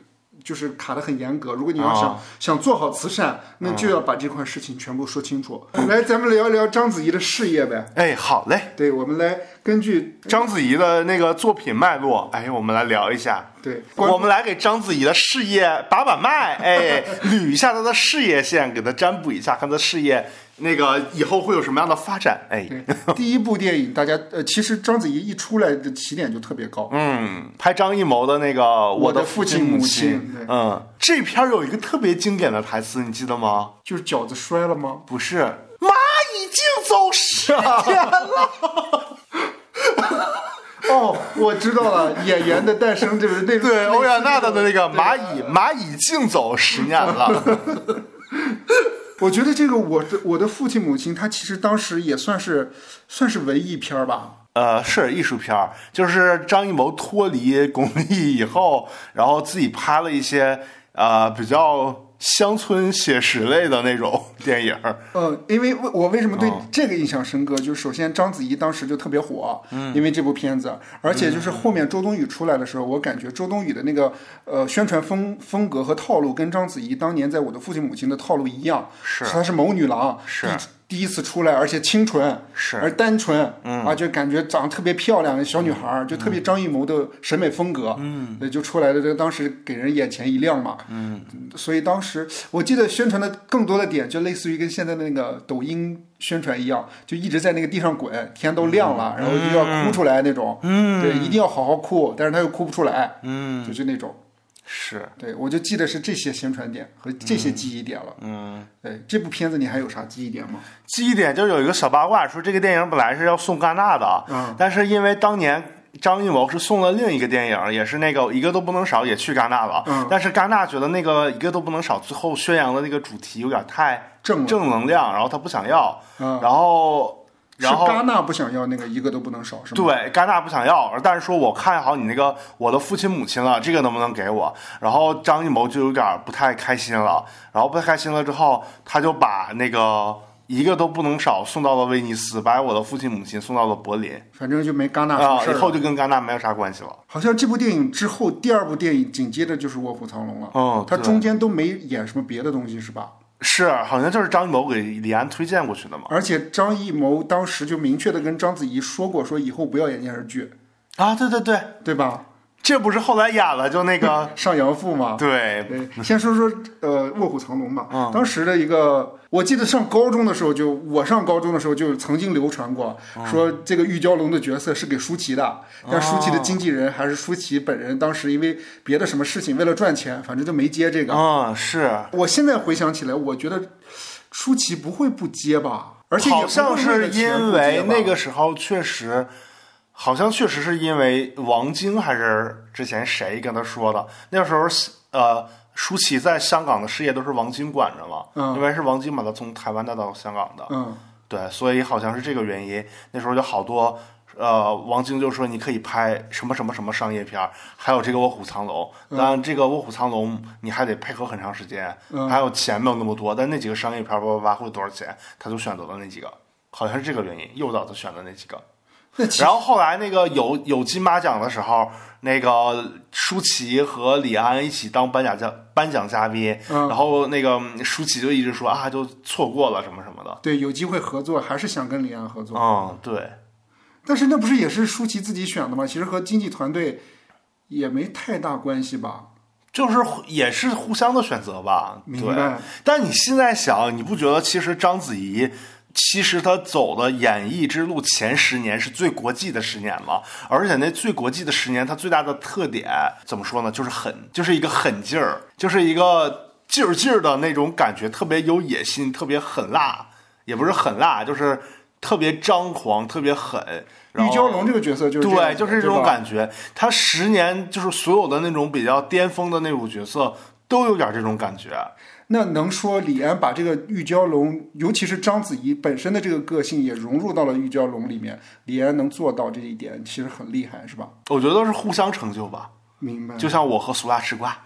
就是卡得很严格。如果你要想、哦、想做好慈善，那就要把这块事情全部说清楚。嗯、来，咱们聊一聊章子怡的事业呗。 哎，好嘞。 对，我们来根据章子怡的那个作品脉络，哎，我们来聊一下。 对， 我们来给章子怡的事业把把脉，哎，捋一下她的事业线，给她占卜一下，看她事业那个以后会有什么样的发展。哎， 第一部电影，大家呃，其实章子怡一出来的起点就特别高。 嗯，拍张艺谋的那个《我的父亲母亲》，嗯，这片有一个特别经典的台词，你记得吗？ 就是饺子摔了吗？ 不是，妈已经走十天了。 哦，我知道了，演员的诞生，对不对？ 对，欧阳娜娜的那个蚂蚁，蚂蚁竞走十年了。 我觉得这个我的我的父亲母亲，他其实当时也算是算是文艺片吧。 呃，是艺术片，就是张艺谋脱离巩俐以后，然后自己拍了一些呃比较乡村写实类的那种电影。 呃，因为我为什么对这个印象深刻，嗯、就是首先章子怡当时就特别火，嗯，因为这部片子，而且就是后面周冬雨出来的时候，我感觉周冬雨的那个呃宣传风风格和套路跟章子怡当年在我的父亲母亲的套路一样， 是她是谋女郎， 是。 第一次出来，而且清纯， 是而单纯， 嗯啊，就感觉长得特别漂亮的小女孩，嗯、就特别张艺谋的审美风格， 嗯， 就出来的，这当时给人眼前一亮嘛， 嗯， 所以当时我记得宣传的更多的点，就类似于跟现在的那个抖音宣传一样，就一直在那个地上滚，天都亮了，嗯、然后就要哭出来那种， 嗯， 对，一定要好好哭，但是他又哭不出来， 嗯， 就是那种。 是对，我就记得是这些宣传点和这些记忆点了。 嗯， 对，这部片子你还有啥记忆点吗？ 记忆点就有一个小八卦，说这个电影本来是要送戛纳的， 嗯， 但是因为当年张艺谋是送了另一个电影，也是那个一个都不能少，也去戛纳了， 嗯， 但是戛纳觉得那个一个都不能少最后宣扬的那个主题有点太正正能量，然后他不想要， 嗯， 然后。然后是戛纳不想要那个一个都不能少，是吗？ 对，戛纳不想要，但是说我看好你那个我的父亲母亲了，这个能不能给我？然后张艺谋就有点不太开心了，然后不太开心了之后，他就把那个一个都不能少送到了威尼斯，把我的父亲母亲送到了柏林， 反正就没戛纳什么事儿、 啊、以后就跟戛纳没有啥关系了。 好像这部电影之后，第二部电影紧接着就是《卧虎藏龙》了， 嗯， 他中间都没演什么别的东西，是吧？ 是，好像就是张艺谋给李安推荐过去的嘛。 而且张艺谋当时就明确的跟章子怡说过，说以后不要演电视剧啊，对对对， 对吧？ 这不是后来演了就那个上阳赋吗？ 对对，先说说呃《卧虎藏龙》吧。 嗯， 当时的一个，我记得上高中的时候就，我上高中的时候就曾经流传过， 嗯、 说这个玉娇龙的角色是给舒淇的，但舒淇的经纪人还是舒淇本人，当时因为别的什么事情，为了赚钱，反正就没接这个。 啊、嗯，是。 我现在回想起来，我觉得舒淇不会不接吧？而且也好像是因为那个时候确实。好像确实是因为王晶还是之前谁跟他说的，那时候呃，舒淇在香港的事业都是王晶管着嘛， 嗯， 因为是王晶把他从台湾带到香港的， 嗯， 对，所以好像是这个原因。那时候就好多呃，王晶就说你可以拍什么什么什么商业片，还有这个《卧虎藏龙》，当然这个《卧虎藏龙》你还得配合很长时间， 嗯， 还有钱没有那么多，但那几个商业片叭叭叭会多少钱，他就选择了那几个，好像是这个原因，诱导他选的那几个。然后后来那个有有金马奖的时候，那个舒淇和李安一起当颁奖嘉颁奖嘉宾， 嗯， 然后那个舒淇就一直说啊，就错过了什么什么的。 对，有机会合作还是想跟李安合作。 嗯，对。 但是那不是也是舒淇自己选的吗？其实和经纪团队也没太大关系吧。 就是也是互相的选择吧。 明白。 但你现在想，你不觉得其实章子怡？其实他走的演艺之路前十年是最国际的十年嘛，而且那最国际的十年，它最大的特点怎么说呢？就是狠，就是一个狠劲儿，就是一个劲儿劲儿的那种感觉，特别有野心，特别狠辣，也不是狠辣，就是特别张狂，特别狠。 玉娇龙这个角色就是对，就是这种感觉。他十年就是所有的那种比较巅峰的那种角色都有点这种感觉。 那能说李安把这个玉娇龙，尤其是章子怡本身的这个个性也融入到了玉娇龙里面，李安能做到这一点，其实很厉害，是吧？ 我觉得是互相成就吧。 明白。 就像我和苏拉吃瓜。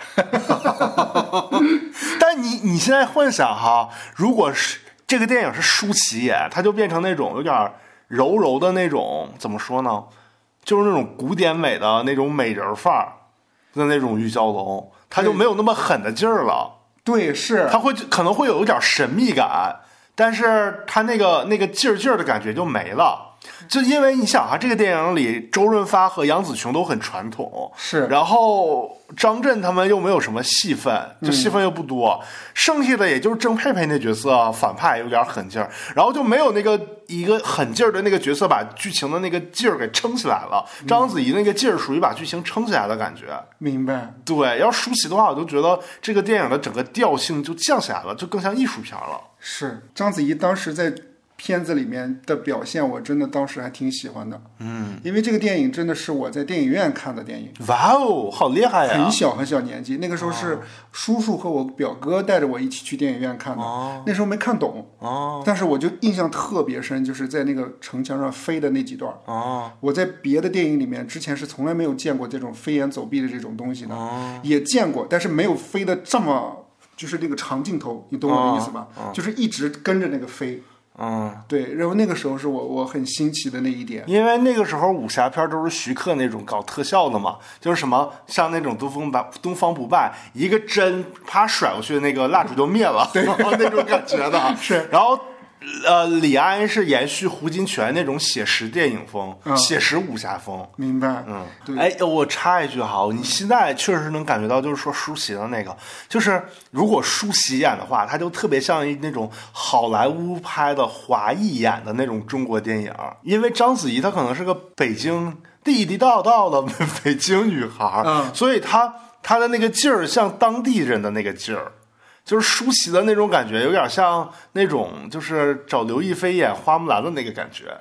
但你你现在幻想哈，如果是这个电影是舒淇演，它就变成那种有点柔柔的那种，怎么说呢？就是那种古典美的那种美人范儿的那种玉娇龙。 他就没有那么狠的劲儿了。 对，是他会可能会有一点神秘感，但是他那个那个劲儿劲儿的感觉就没了。就因为你想啊，这个电影里周润发和杨紫琼都很传统， 是， 然后张震他们又没有什么戏份，就戏份又不多，嗯、剩下的也就是郑佩佩那角色反派有点狠劲儿，然后就没有那个一个狠劲儿的那个角色把剧情的那个劲儿给撑起来了。嗯、章子怡那个劲儿属于把剧情撑起来的感觉。 明白？ 对，要舒淇的话，我就觉得这个电影的整个调性就降下来了，就更像艺术片了。 是，章子怡当时在片子里面的表现，我真的当时还挺喜欢的。嗯，因为这个电影真的是我在电影院看的电影。 哇哦，好厉害呀！ 很小很小年纪，那个时候是叔叔和我表哥带着我一起去电影院看的。哦，那时候没看懂。哦，但是我就印象特别深，就是在那个城墙上飞的那几段。哦，我在别的电影里面之前是从来没有见过这种飞檐走壁的这种东西的。哦，也见过，但是没有飞的这么就是那个长镜头，你懂我的意思吧？哦哦、就是一直跟着那个飞。嗯，对，然后那个时候是我我很新奇的那一点， 因为那个时候武侠片都是徐克那种搞特效的嘛，就是什么像那种东方不东方不败，一个针啪甩过去，那个蜡烛就灭了，对，那种感觉的。 是， 然后呃，李安是延续胡金铨那种写实电影风，嗯、写实武侠风。 明白， 嗯， 对。 哎，我插一句哈，你现在确实能感觉到，就是说舒淇的那个，就是如果舒淇演的话，他就特别像那种好莱坞拍的华裔演的那种中国电影，因为章子怡她可能是个北京地地道道的北京女孩，嗯，所以她她的那个劲儿像当地人的那个劲儿。就是舒淇的那种感觉，有点像那种就是找刘亦菲演花木兰的那个感觉。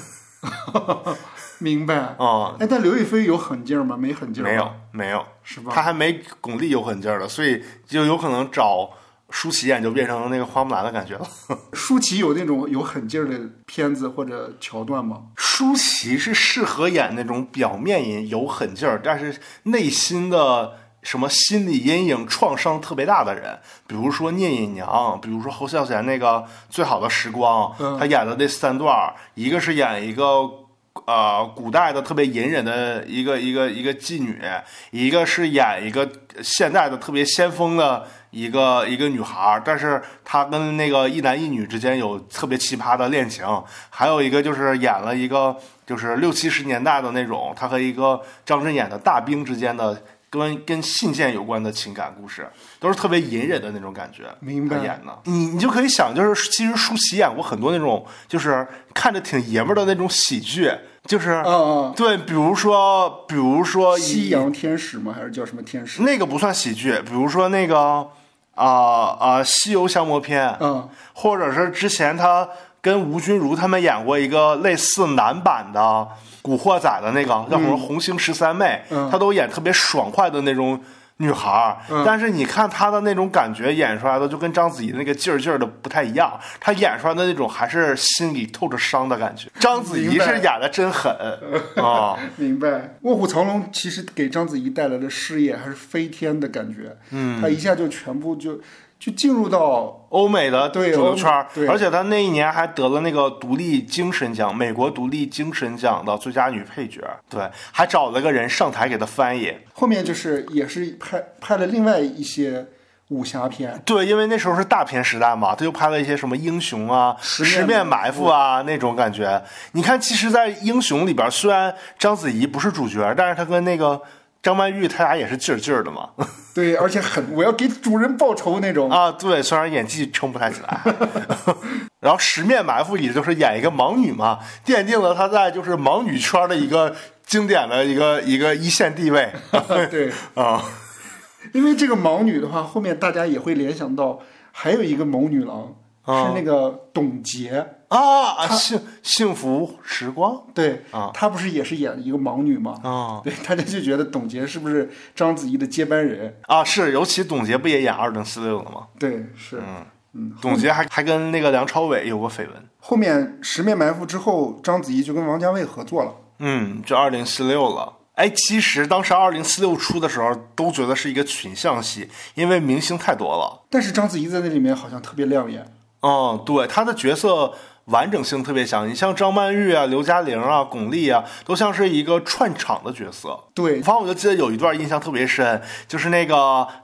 明白啊、嗯？哎，但刘亦菲有狠劲儿吗？没狠劲儿？ 没有，没有， 是吧？ 她还没巩俐有狠劲儿的，所以就有可能找舒淇演就变成那个花木兰的感觉了。 舒淇有那种有狠劲儿的片子或者桥段吗？ 舒淇是适合演那种表面有狠劲儿，但是内心的。什么心理阴影创伤特别大的人，比如说聂隐娘，比如说侯孝贤那个最好的时光，嗯、他演的那三段，一个是演一个呃古代的特别隐忍的一个一个一个妓女，一个是演一个现代的特别先锋的一个一个女孩，但是她跟那个一男一女之间有特别奇葩的恋情，还有一个就是演了一个就是六七十年代的那种，她和一个张震演的大兵之间的。跟跟信件有关的情感故事，都是特别隐忍的那种感觉。 明白。 演的，你你就可以想，就是其实舒淇演过很多那种，就是看着挺爷们儿的那种喜剧，就是， 嗯嗯， 对，比如说，比如说《 西洋天使》吗？还是叫什么天使？ 那个不算喜剧，比如说那个啊啊、呃呃《西游降魔篇》， 嗯， 或者是之前他跟吴君如他们演过一个类似男版的。古惑仔的那个叫什么红星十三妹，她、嗯、都演特别爽快的那种女孩、嗯、但是你看她的那种感觉演出来的就跟章子怡那个劲儿劲儿的不太一样，她演出来的那种还是心里透着伤的感觉。章子怡是演的真狠啊！ 明白。卧虎藏龙其实给章子怡带来的事业还是飞天的感觉，嗯，她一下就全部就就进入到欧美的主流圈， 而且她那一年还得了那个独立精神奖，美国独立精神奖的最佳女配角，对，还找了个人上台给她翻译。 后面就是也是拍拍了另外一些武侠片， 对，因为那时候是大片时代嘛，他就拍了一些什么英雄啊、十面埋伏啊那种感觉。你看，其实，在英雄里边，虽然章子怡不是主角，但是他跟那个张曼玉他俩也是劲儿劲儿的嘛。 对，而且很我要给主人报仇那种啊。对，虽然演技撑不太起来。然后十面埋伏里就是演一个盲女嘛，奠定了她在就是盲女圈的一个经典的一个一个一线地位。 对啊， 因为这个盲女的话，后面大家也会联想到还有一个谋女郎。是那个董洁啊，幸幸福时光， 对啊， 她不是也是演一个盲女吗？ 啊， 对，大家就觉得董洁是不是章子怡的接班人啊？是，尤其董洁不也演二零四六了吗？ 对，是， 嗯嗯，董洁还还跟那个梁朝伟有过绯闻。 后面十面埋伏之后，章子怡就跟王家卫合作了， 嗯，就二零四六了。哎，其实当时二零四六出的时候，都觉得是一个群像戏，因为明星太多了。 但是章子怡在那里面好像特别亮眼。 嗯，对，她的角色完整性特别强。你像张曼玉啊、刘嘉玲啊、巩俐啊，都像是一个串场的角色。 对， 反正我就记得有一段印象特别深，就是那个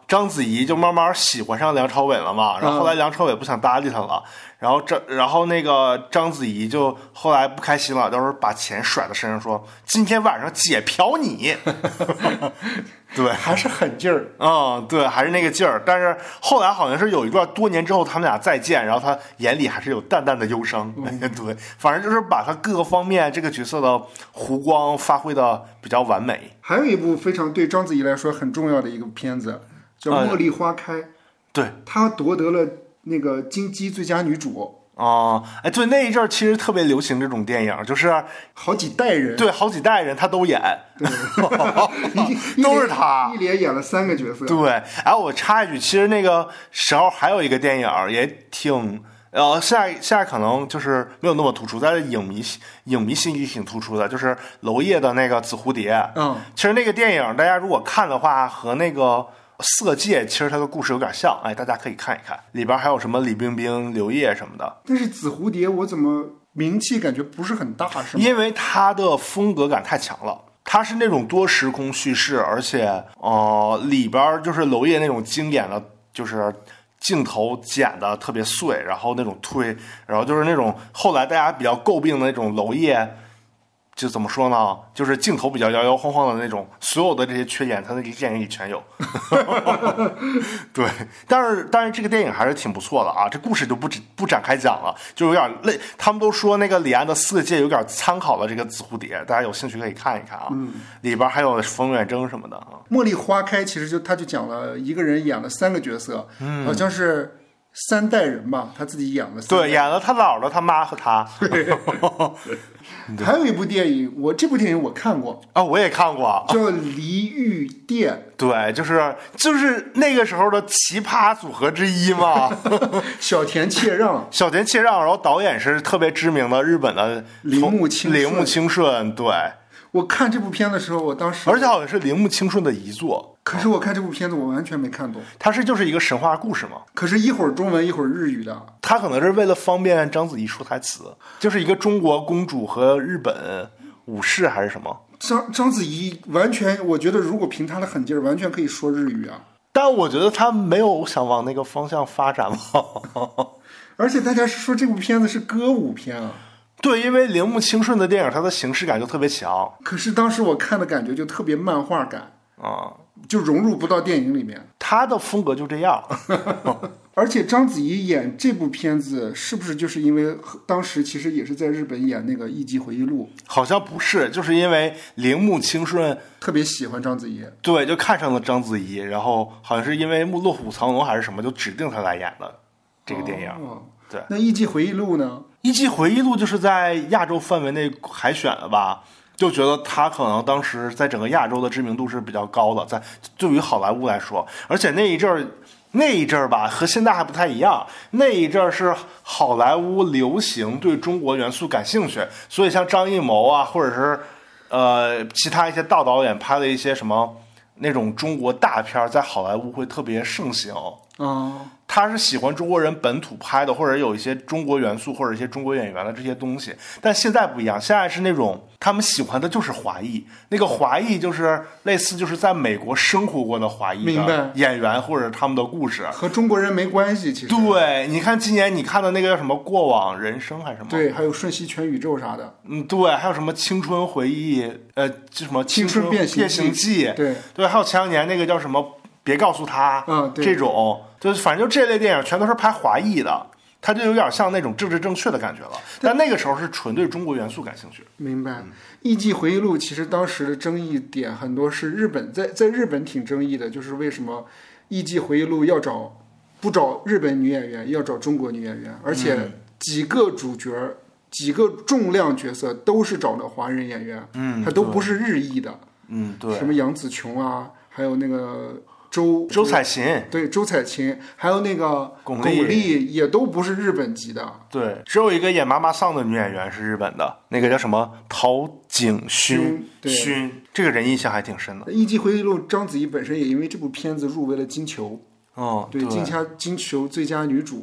章子怡就慢慢喜欢上梁朝伟了嘛，然后后来梁朝伟不想搭理他了，然后这然后那个章子怡就后来不开心了，到时候把钱甩到身上说今天晚上姐嫖你。对， 还是狠劲儿。 嗯，对，还是那个劲儿。但是后来好像是有一段多年之后他们俩再见，然后他眼里还是有淡淡的忧伤。嗯、对，反正就是把他各个方面这个角色的弧光发挥的比较完美。 还有一部非常对章子怡来说很重要的一个片子叫《茉莉花开》，嗯、 对， 她夺得了那个金鸡最佳女主。 哦，哎，对，那一阵儿其实特别流行这种电影，就是好几代人， 对，好几代人他都演， 对， 都是他， 一连演了三个角色。 对，哎，我插一句，其实那个时候还有一个电影也挺，呃，现在现在可能就是没有那么突出，但是影迷影迷心里挺突出的，就是娄烨的那个《紫蝴蝶》。 嗯， 其实那个电影大家如果看的话，和那个色戒其实它的故事有点像，哎，大家可以看一看，里边还有什么李冰冰、刘烨什么的。 但是紫蝴蝶我怎么名气感觉不是很大，是吗？ 因为它的风格感太强了，它是那种多时空叙事，而且呃里边就是娄烨那种经典的，就是镜头剪的特别碎，然后那种推，然后就是那种后来大家比较诟病的那种娄烨。就怎么说呢？就是镜头比较摇摇晃晃的那种，所有的这些缺点，他那个电影里全有。对，但是但是这个电影还是挺不错的啊。这故事就不不展开讲了，就有点类。他们都说那个李安的《色戒》有点参考了这个《紫蝴蝶》，大家有兴趣可以看一看啊。嗯，里边还有冯远征什么的啊。 茉莉花开其实就他就讲了一个人演了三个角色，嗯，好像是三代人吧，他自己演了三代。 对，演了他姥姥、他妈和他。 还有一部电影，我这部电影我看过啊、哦，我也看过， 叫《离欲殿》。 对，就是就是那个时候的奇葩组合之一嘛。 小田切让， 小田切让，然后导演是特别知名的日本的铃木清顺。 铃木清顺，对。 我看这部片的时候，我当时， 而且好像是铃木清顺的遗作。 可是我看这部片子，我完全没看懂。 它是就是一个神话故事嘛。 可是，一会儿中文，一会儿日语的。 他可能是为了方便章子怡说台词，就是一个中国公主和日本武士还是什么。 章章子怡完全，我觉得如果凭她的狠劲儿，完全可以说日语啊。 但我觉得她没有想往那个方向发展嘛。 而且大家是说这部片子是歌舞片啊。 对，因为铃木清顺的电影，它的形式感就特别强。 可是当时我看的感觉就特别漫画感啊， 就融入不到电影里面。 他的风格就这样。 而且章子怡演这部片子，是不是就是因为当时其实也是在日本演那个《艺伎回忆录》？ 好像不是，就是因为铃木清顺特别喜欢章子怡， 对，就看上了章子怡，然后好像是因为《卧虎藏龙》还是什么，就指定他来演的这个电影。 哦， 对， 那《艺伎回忆录》呢？ 《艺伎回忆录》就是在亚洲范围内海选了吧？就觉得他可能当时在整个亚洲的知名度是比较高的，在对于好莱坞来说，而且那一阵儿，那一阵儿吧，和现在还不太一样。那一阵儿是好莱坞流行对中国元素感兴趣，所以像张艺谋啊，或者是呃其他一些大导演拍的一些什么那种中国大片，在好莱坞会特别盛行。 哦， 他是喜欢中国人本土拍的，或者有一些中国元素或者一些中国演员的这些东西。但现在不一样，现在是那种他们喜欢的就是华裔，那个华裔就是类似就是在美国生活过的华裔的演员或者他们的故事， 和中国人没关系。其实对，你看今年你看的那个叫什么过往人生还是什么？ 对，还有瞬息全宇宙啥的。 嗯，对，还有什么青春回忆，呃，什么青春变形变形记， 对对，还有前两年那个叫什么？别告诉他， 嗯，对， 这种就是反正就这类电影全都是拍华裔的，它就有点像那种政治正确的感觉了。但那个时候是纯对中国元素感兴趣。 明白。嗯，《艺伎回忆录》其实当时的争议点很多是日本在在日本挺争议的，就是为什么《艺伎回忆录》要找不找日本女演员，要找中国女演员，而且几个主角、嗯、几个重量角色都是找的华人演员， 嗯， 它都不是日裔的， 嗯，对， 什么杨紫琼啊，还有那个。周周采芹， 对，周采芹，还有那个巩俐，俐也都不是日本籍的。 对，只有一个演妈妈桑的女演员是日本的，那个叫什么陶景勋，勋，这个人印象还挺深的。 《艺伎回忆录》章子怡本身也因为这部片子入围了金球， 哦， 对，金佳金球最佳女主。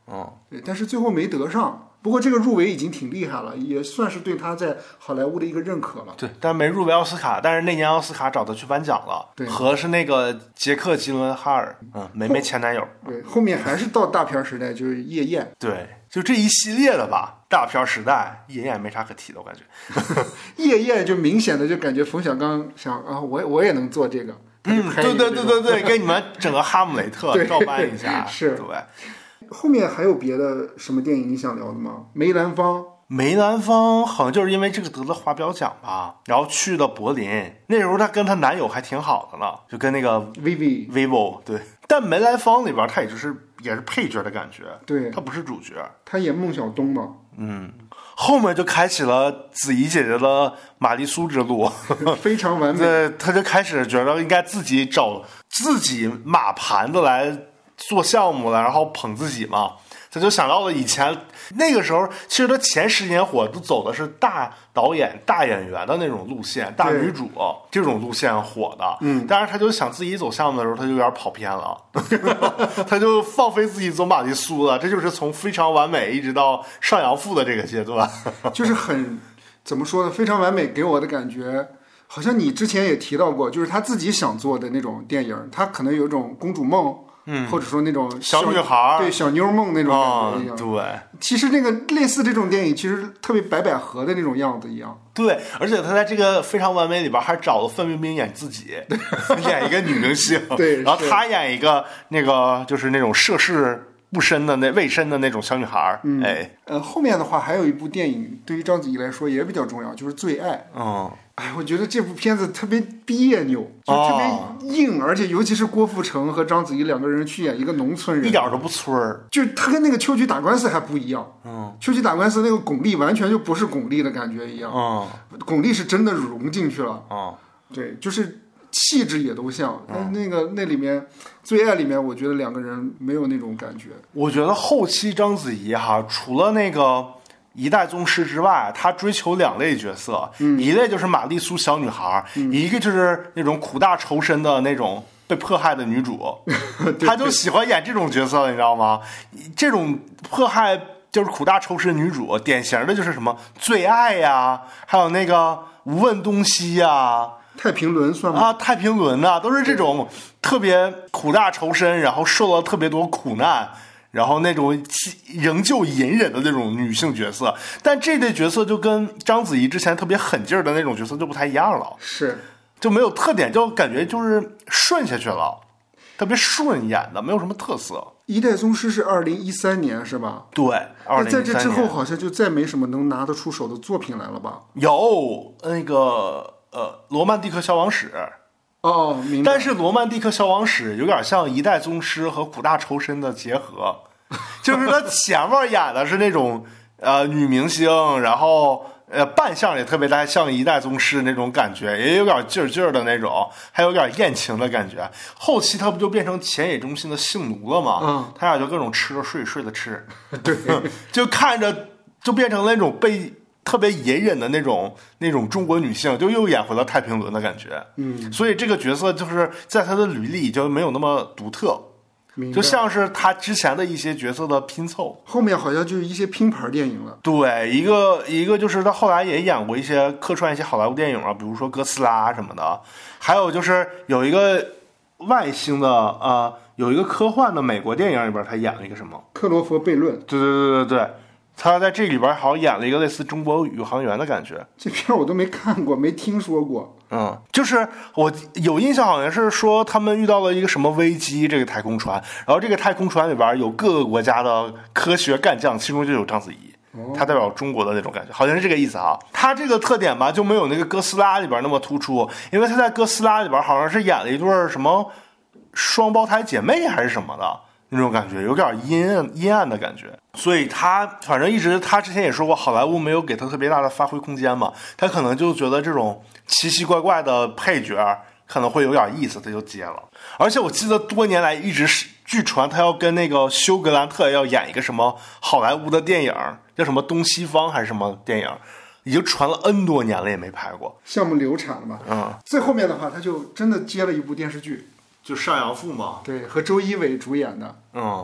嗯， 对，但是最后没得上。不过这个入围已经挺厉害了，也算是对他在好莱坞的一个认可了。 对，但没入围奥斯卡，但是那年奥斯卡找他去颁奖了， 对， 和是那个杰克吉伦哈尔，嗯，梅梅前男友。 对，后面还是到大片时代，就是夜宴。 对，就这一系列的吧，大片时代，夜宴没啥可提的，我感觉。 夜宴就明显的就感觉冯小刚想啊，我我也能做这个。 嗯，对对对对对，给你们整个哈姆雷特照搬一下。 是， 对。 后面还有别的什么电影你想聊的吗？梅兰芳， 梅兰芳好像就是因为这个得了华表奖吧，然后去了柏林。那时候她跟她男友还挺好的呢，就跟那个 Vivi Vivo 对。但梅兰芳里边她也就是也是配角的感觉， 对， 她不是主角。 她演孟小冬嘛。 嗯，后面就开启了子怡姐姐的玛丽苏之路， 非常完美。 对，她就开始觉得应该自己找自己码盘的来做项目了，然后捧自己嘛。他就想到了以前那个时候，其实他前十年火都走的是大导演、大演员的那种路线，大女主这种路线火的。 嗯， 但是他就想自己走项目的时候，他就有点跑偏了，他就放飞自己走玛丽苏了。这就是从非常完美一直到上阳赋的这个阶段， 就是很怎么说呢？非常完美给我的感觉。好像你之前也提到过，就是他自己想做的那种电影，他可能有一种公主梦， 嗯， 或者说那种小, 小女孩， 对小妞梦那种感觉一样。 哦、对， 其实那个类似这种电影，其实特别白百合的那种样子一样。 对，而且他在这个非常完美里边还找了范冰冰演自己，演一个女明星， 对， 然后他演一个那个就是那种涉世不深的那未深的那种小女孩。 嗯， 哎， 呃，后面的话还有一部电影，对于章子怡来说也比较重要，就是《最爱》。 嗯。 哎，我觉得这部片子特别别扭，就特别硬，哦、而且尤其是郭富城和章子怡两个人去演一个农村人， 一点都不村儿。 就他跟那个秋菊打官司还不一样， 嗯， 秋菊打官司那个巩俐完全就不是巩俐的感觉一样， 嗯， 巩俐是真的融进去了， 嗯， 对，就是气质也都像，但、 嗯、 那个那里面最爱里面，我觉得两个人没有那种感觉。 我觉得后期章子怡哈，除了那个。一代宗师之外，他追求两类角色， 嗯、 一类就是玛丽苏小女孩， 嗯、 一个就是那种苦大仇深的那种被迫害的女主，他就喜欢演这种角色，你知道吗？这种迫害就是苦大仇深女主，典型的就是什么最爱呀，还有那个无问东西呀。 太平轮算吗？ 啊，太平轮呐、啊，都是这种特别苦大仇深，然后受了特别多苦难。然后那种仍旧隐忍的那种女性角色，但这类角色就跟章子怡之前特别狠劲儿的那种角色就不太一样了， 是就没有特点，就感觉就是顺下去了，特别顺演的，没有什么特色。 一代宗师是二零一三年是吧？ 对，二零一三年。 在这之后好像就再没什么能拿得出手的作品来了吧？ 有那个呃《罗曼蒂克消亡史》。 哦，明白。 但是《罗曼蒂克消亡史》有点像一代宗师和苦大仇深的结合，就是他前面演的是那种呃女明星，然后呃扮相也特别大，像一代宗师那种感觉，也有点劲儿劲儿的那种，还有点艳情的感觉。后期他不就变成前野中心的性奴了吗？ 嗯， 他俩就各种吃了睡，睡了吃， 对， 就看着就变成那种被。特别隐忍的那种那种中国女性，就又演回了太平轮的感觉。 嗯， 所以这个角色就是在她的履历就没有那么独特，就像是她之前的一些角色的拼凑。 后面好像就是一些拼盘电影了。 对，一个一个就是她后来也演过一些客串一些好莱坞电影啊，比如说哥斯拉什么的，还有就是有一个外星的呃，有一个科幻的美国电影里边，她演了一个什么克罗佛悖论。 对对对对对。他在这里边好像演了一个类似中国宇航员的感觉， 这片我都没看过，没听说过。 嗯，就是我有印象，好像是说他们遇到了一个什么危机，这个太空船，然后这个太空船里边有各个国家的科学干将，其中就有章子怡，她代表中国的那种感觉，好像是这个意思啊。她这个特点吧，就没有那个哥斯拉里边那么突出，因为她在哥斯拉里边好像是演了一对什么双胞胎姐妹还是什么的。那种感觉有点阴暗阴暗的感觉，所以他反正一直他之前也说过，好莱坞没有给他特别大的发挥空间嘛，他可能就觉得这种奇奇怪怪的配角可能会有点意思，他就接了。而且我记得多年来一直是据传他要跟那个休格兰特要演一个什么好莱坞的电影，叫什么东西方还是什么电影，已经传了 N 多年了也没拍过， 项目流产了吧。 嗯， 最后面的话他就真的接了一部电视剧， 就上阳赋嘛， 对，和周一围主演的。 嗯，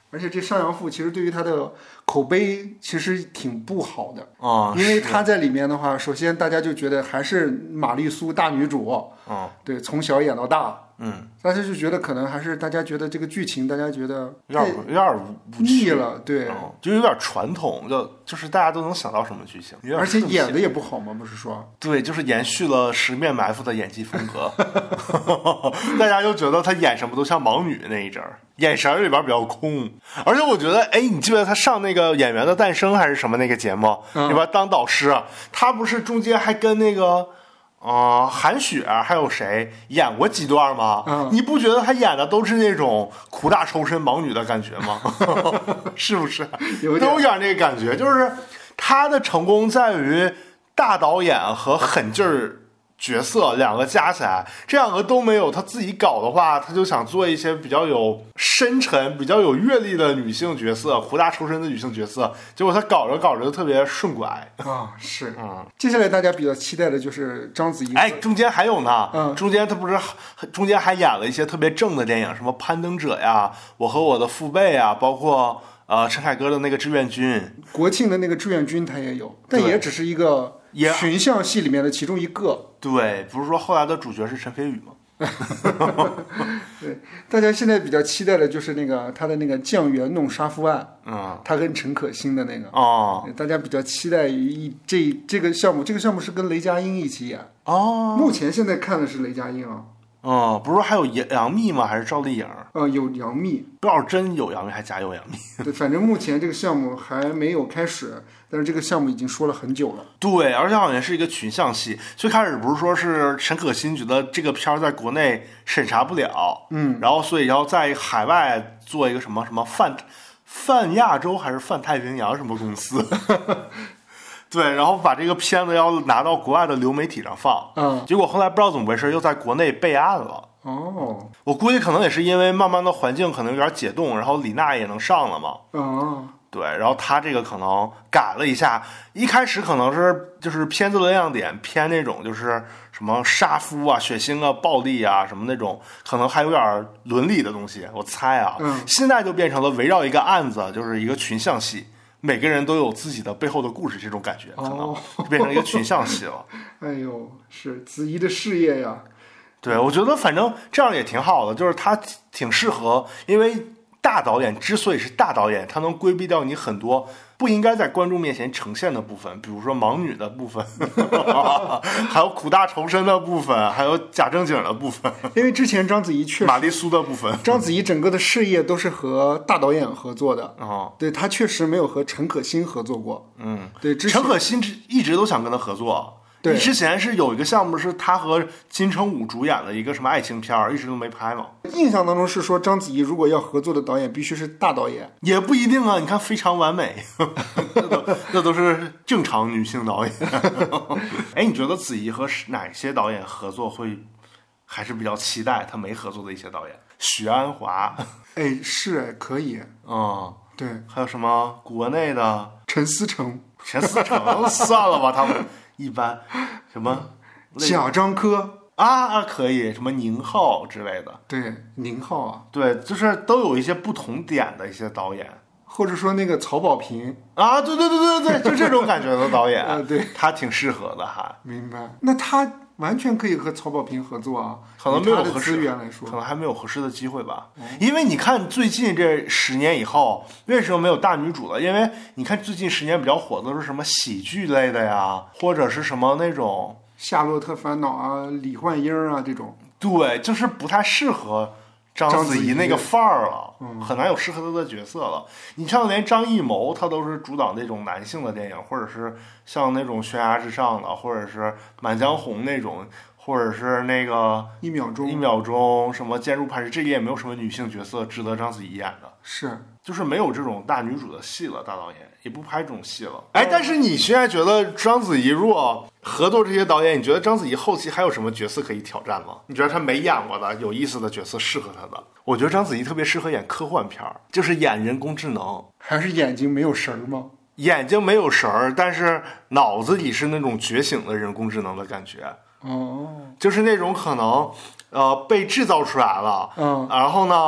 而且这上阳赋其实对于他的口碑其实挺不好的啊、 嗯，因为他在里面的话，首先大家就觉得还是玛丽苏大女主， 嗯， 对，从小演到大， 嗯， 大家就觉得可能还是大家觉得这个剧情，大家觉得有点有点无腻了，对、 嗯，就有点传统，就就是大家都能想到什么剧情， 而且演的也不好嘛，不是说？ 对，就是延续了十面埋伏的演技风格，大家就觉得他演什么都像盲女那一阵儿。眼神里边比较空，而且我觉得，哎，你记不记得他上那个《演员的诞生》还是什么那个节目里边当导师，他不是中间还跟那个呃韩雪还有谁演过几段吗？ 嗯、 你不觉得他演的都是那种苦大仇深盲女的感觉吗？是不是？ 有都有点那个感觉，就是他的成功在于大导演和狠劲儿。角色两个加起来，这两个都没有，他自己搞的话，他就想做一些比较有深沉、比较有阅历的女性角色，苦大仇深的女性角色，结果他搞着搞着就特别顺拐啊、哦！是， 嗯。 接下来大家比较期待的就是章子怡， 哎，中间还有呢， 嗯， 中间他不是中间还演了一些特别正的电影，什么《攀登者》呀，《我和我的父辈》啊，包括呃陈凯歌的那个《志愿军》， 国庆的那个《志愿军》他也有，但也只是一个。群像戏里面的其中一个， 对，不是说后来的主角是陈飞宇吗？ 对，大家现在比较期待的就是那个他的那个酱园弄杀夫案， 嗯， 他跟陈可辛的那个， 哦， 大家比较期待于这这个项目，这个项目是跟雷佳音一起演， 哦， 目前现在看的是雷佳音啊。 哦，不是说还有杨幂吗？还是赵丽颖？ 呃，有杨幂， 不知道真有杨幂还假有杨幂。 对，反正目前这个项目还没有开始，但是这个项目已经说了很久了。 对，而且好像是一个群像戏。最开始不是说是陈可辛觉得这个片儿在国内审查不了， 嗯， 然后所以要在海外做一个什么什么泛泛亚洲还是泛太平洋什么公司。对，然后把这个片子要拿到国外的流媒体上放， 嗯， 结果后来不知道怎么回事，又在国内备案了。 哦， 我估计可能也是因为慢慢的环境可能有点解冻，然后李娜也能上了嘛。 哦， 对，然后他这个可能改了一下，一开始可能是就是片子的亮点偏那种就是什么杀夫啊、血腥啊、暴力啊什么那种，可能还有点伦理的东西，我猜啊。 嗯， 现在就变成了围绕一个案子，就是一个群像戏。每个人都有自己的背后的故事，这种感觉可能就变成一个群像戏了。 哎呦，是子怡的事业呀。 对，我觉得反正这样也挺好的，就是他挺适合，因为大导演之所以是大导演，他能规避掉你很多不应该在观众面前呈现的部分，比如说盲女的部分，还有苦大仇深的部分，还有假正经的部分。 因为之前章子怡确实玛丽苏的部分， 章子怡整个的事业都是和大导演合作的。 哦， 对，她确实没有和陈可辛合作过。 嗯， 对， 陈可辛一直都想跟他合作。 对， 之前是有一个项目是他和金城武主演的一个什么爱情片儿，一直都没拍嘛。 印象当中是说章子怡如果要合作的导演必须是大导演， 也不一定啊。你看《非常完美》那都，那都是正常女性导演。哎，你觉得子怡和哪些导演合作会还是比较期待？他没合作的一些导演，许鞍华， 哎，是哎，可以， 嗯， 对， 还有什么国内的陈思诚， 陈思诚算了吧，他们。一般什么贾樟柯啊，可以什么宁浩之类的， 对，宁浩啊， 对，就是都有一些不同点的一些导演， 或者说那个曹保平啊，对对对对对，就这种感觉的导演， 啊，对， 他挺适合的，还明白。那他完全可以和曹保平合作啊， 可能没有合适资源来说， 可能还没有合适的机会吧。嗯、因为你看最近这十年以后，为什么没有大女主了？因为你看最近十年比较火的都是什么喜剧类的呀，或者是什么那种 《夏洛特烦恼》啊、李焕英啊这种， 对，就是不太适合章子怡那个范儿了，嗯、很难有适合她的角色了。你像连张艺谋他都是主导那种男性的电影，或者是像那种悬崖之上的，或者是满江红那种，或者是那个一秒钟一秒钟什么坚如磐石，这个也没有什么女性角色值得章子怡演的， 是就是没有这种大女主的戏了，大导演也不拍这种戏了。哎，但是你现在觉得章子怡如果合作这些导演，你觉得章子怡后期还有什么角色可以挑战吗？你觉得她没演过的有意思的角色适合她的？我觉得章子怡特别适合演科幻片，就是演人工智能， 还是眼睛没有神吗？ 眼睛没有神儿，但是脑子里是那种觉醒的人工智能的感觉。 哦， 就是那种可能呃被制造出来了， 嗯， 然后呢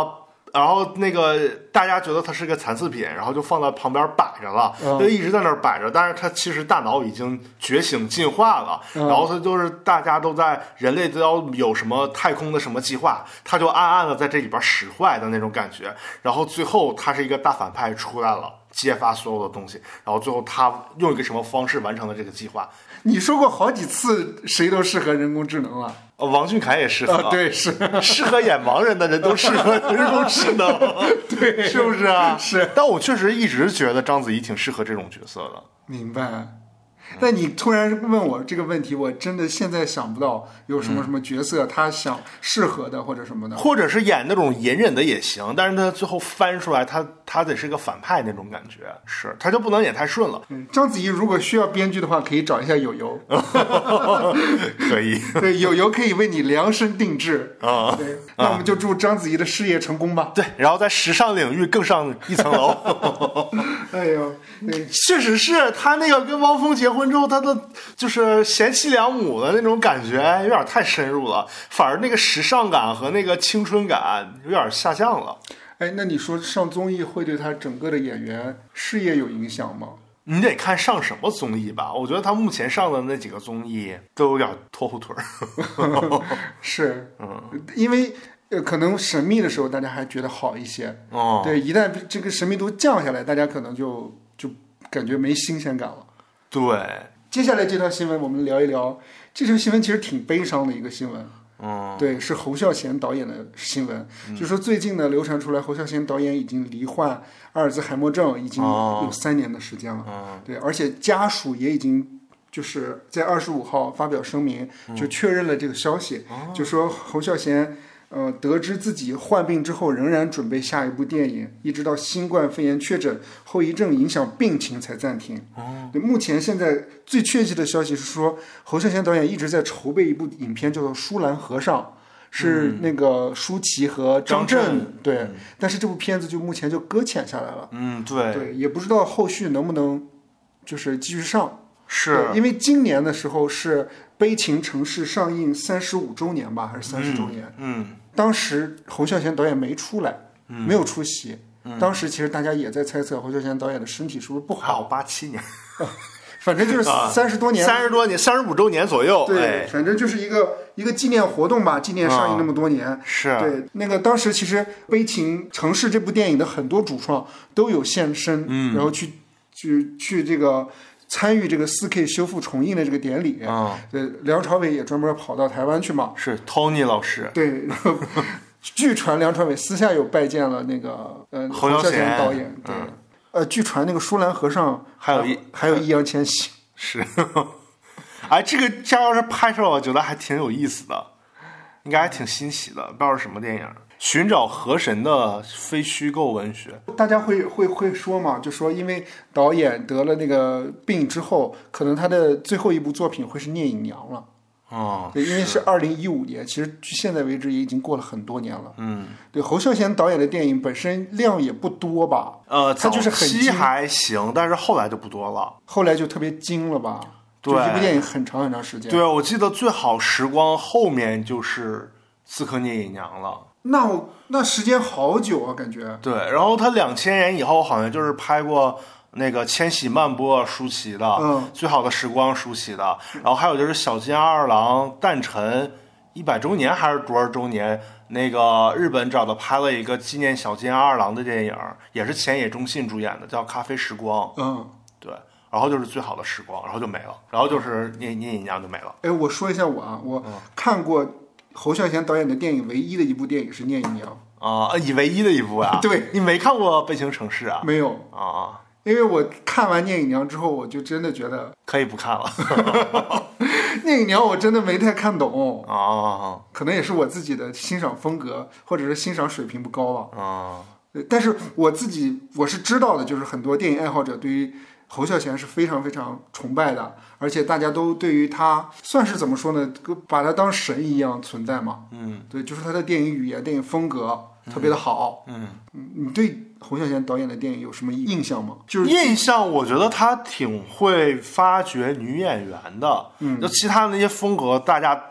然后那个大家觉得它是个残次品，然后就放在旁边摆着了，嗯、就一直在那儿摆着。但是它其实大脑已经觉醒进化了，嗯、然后它就是大家都在人类都要有什么太空的什么计划，它就暗暗的在这里边使坏的那种感觉。然后最后它是一个大反派出来了，揭发所有的东西，然后最后他用一个什么方式完成了这个计划。 你说过好几次，谁都适合人工智能了。 哦，王俊凯也适合， 啊、对，是适合演盲人的人都适合人工智能， 对， 是不是啊？ 是。 但我确实一直觉得章子怡挺适合这种角色的。 明白。但你突然问我这个问题，我真的现在想不到有什么什么角色他想适合的或者什么的， 或者是演那种隐忍的也行，但是他最后翻出来，他他得是个反派那种感觉，是他就不能演太顺了。 嗯、章子怡如果需要编剧的话，可以找一下友友， 可以， 对，友友可以为你量身定制啊。 对，那我们就祝章子怡的事业成功吧。 对，然后在时尚领域更上一层楼。 哎呦，对， 确实是他那个跟汪峰结婚之后，他的就是贤妻良母的那种感觉有点太深入了，反而那个时尚感和那个青春感有点下降了。 哎，那你说上综艺会对他整个的演员事业有影响吗？ 你得看上什么综艺吧，我觉得他目前上的那几个综艺都有点拖后腿。 是， 嗯， 因为呃，可能神秘的时候大家还觉得好一些， 哦， 对，一旦这个神秘度降下来，大家可能就就感觉没新鲜感了。 对， 接下来这条新闻我们聊一聊，这条新闻其实挺悲伤的一个新闻。 嗯， 对，是侯孝贤导演的新闻，嗯、就说最近呢流传出来，侯孝贤导演已经罹患阿尔兹海默症，已经有三年的时间了。 哦、 对，而且家属也已经就是在二十五号发表声明，就确认了这个消息， 嗯、 就说侯孝贤呃得知自己患病之后，仍然准备下一部电影，一直到新冠肺炎确诊，后遗症影响病情才暂停。 哦、 对，目前现在最确切的消息是说，侯孝贤导演一直在筹备一部影片，叫做《舒兰和尚》，是那个舒淇和张震、 嗯、 对、 嗯， 但是这部片子就目前就搁浅下来了。 嗯，对， 对，也不知道后续能不能就是继续上。 是因为今年的时候是《悲情城市》上映三十五周年吧，还是三十周年？ 嗯，嗯当时侯孝贤导演没出来， 嗯、 没有出席。 嗯、 当时其实大家也在猜测侯孝贤导演的身体是不是不好。 八七年， 反正就是三十多年， 三十、啊、多年，三十五周年左右。 对， 哎、 反正就是一个一个纪念活动吧，纪念上映那么多年。 啊、是对，那个当时其实《悲情城市》这部电影的很多主创都有现身， 嗯， 然后去去去这个。参与这个 四 K 修复重映的这个典礼， 啊、 嗯，对，梁朝伟也专门跑到台湾去嘛， 是 Tony 老师， 对，然后据传梁朝伟私下有拜见了那个呃侯孝贤导演，对， 嗯、 呃，据传那个舒兰和尚还有一还有易烊千玺， 是，哎，这个这要是拍出来，我觉得还挺有意思的，应该还挺新奇的，不知道是什么电影。寻找河神的非虚构文学， 大家会会会说嘛？就说因为导演得了那个病之后，可能他的最后一部作品会是《聂隐娘》了。 哦， 对，因为是二零一五年，其实距现在为止也已经过了很多年了。 嗯， 对，侯孝贤导演的电影本身量也不多吧？ 呃， 他就是很精还行，但是后来就不多了。 后来就特别精了吧？ 对， 这部电影很长很长时间。 对，我记得《最好时光》后面就是《刺客聂隐娘》了。 那我那时间好久啊，感觉。 对，然后他两千年以后好像就是拍过那个《千禧曼波》舒淇的， 嗯， 最好的时光舒淇的，然后还有就是小津安二郎诞辰一百周年还是多少周年，那个日本找他拍了一个纪念小津安二郎的电影，也是前野忠信主演的，叫《咖啡时光》。 嗯， 对，然后就是最好的时光，然后就没了，然后就是聂聂隐娘就没了。 哎，我说一下我啊，我看过侯孝贤导演的电影，唯一的一部电影是《聂隐娘》 啊，你唯一的一部啊？ 对， 你没看过《悲情城市》啊？ 没有啊， 因为我看完《聂隐娘》之后，我就真的觉得可以不看了。 聂隐娘我真的没太看懂啊， 可能也是我自己的欣赏风格或者是欣赏水平不高吧。 啊， 但是我自己我是知道的，就是很多电影爱好者对于侯孝贤是非常非常崇拜的，而且大家都对于他算是怎么说呢，把他当神一样存在嘛。 嗯， 对，就是他的电影语言、电影风格特别的好。 嗯， 嗯，你对侯孝贤导演的电影有什么印象吗？就是印象，我觉得他挺会发掘女演员的。嗯，就其他的那些风格，大家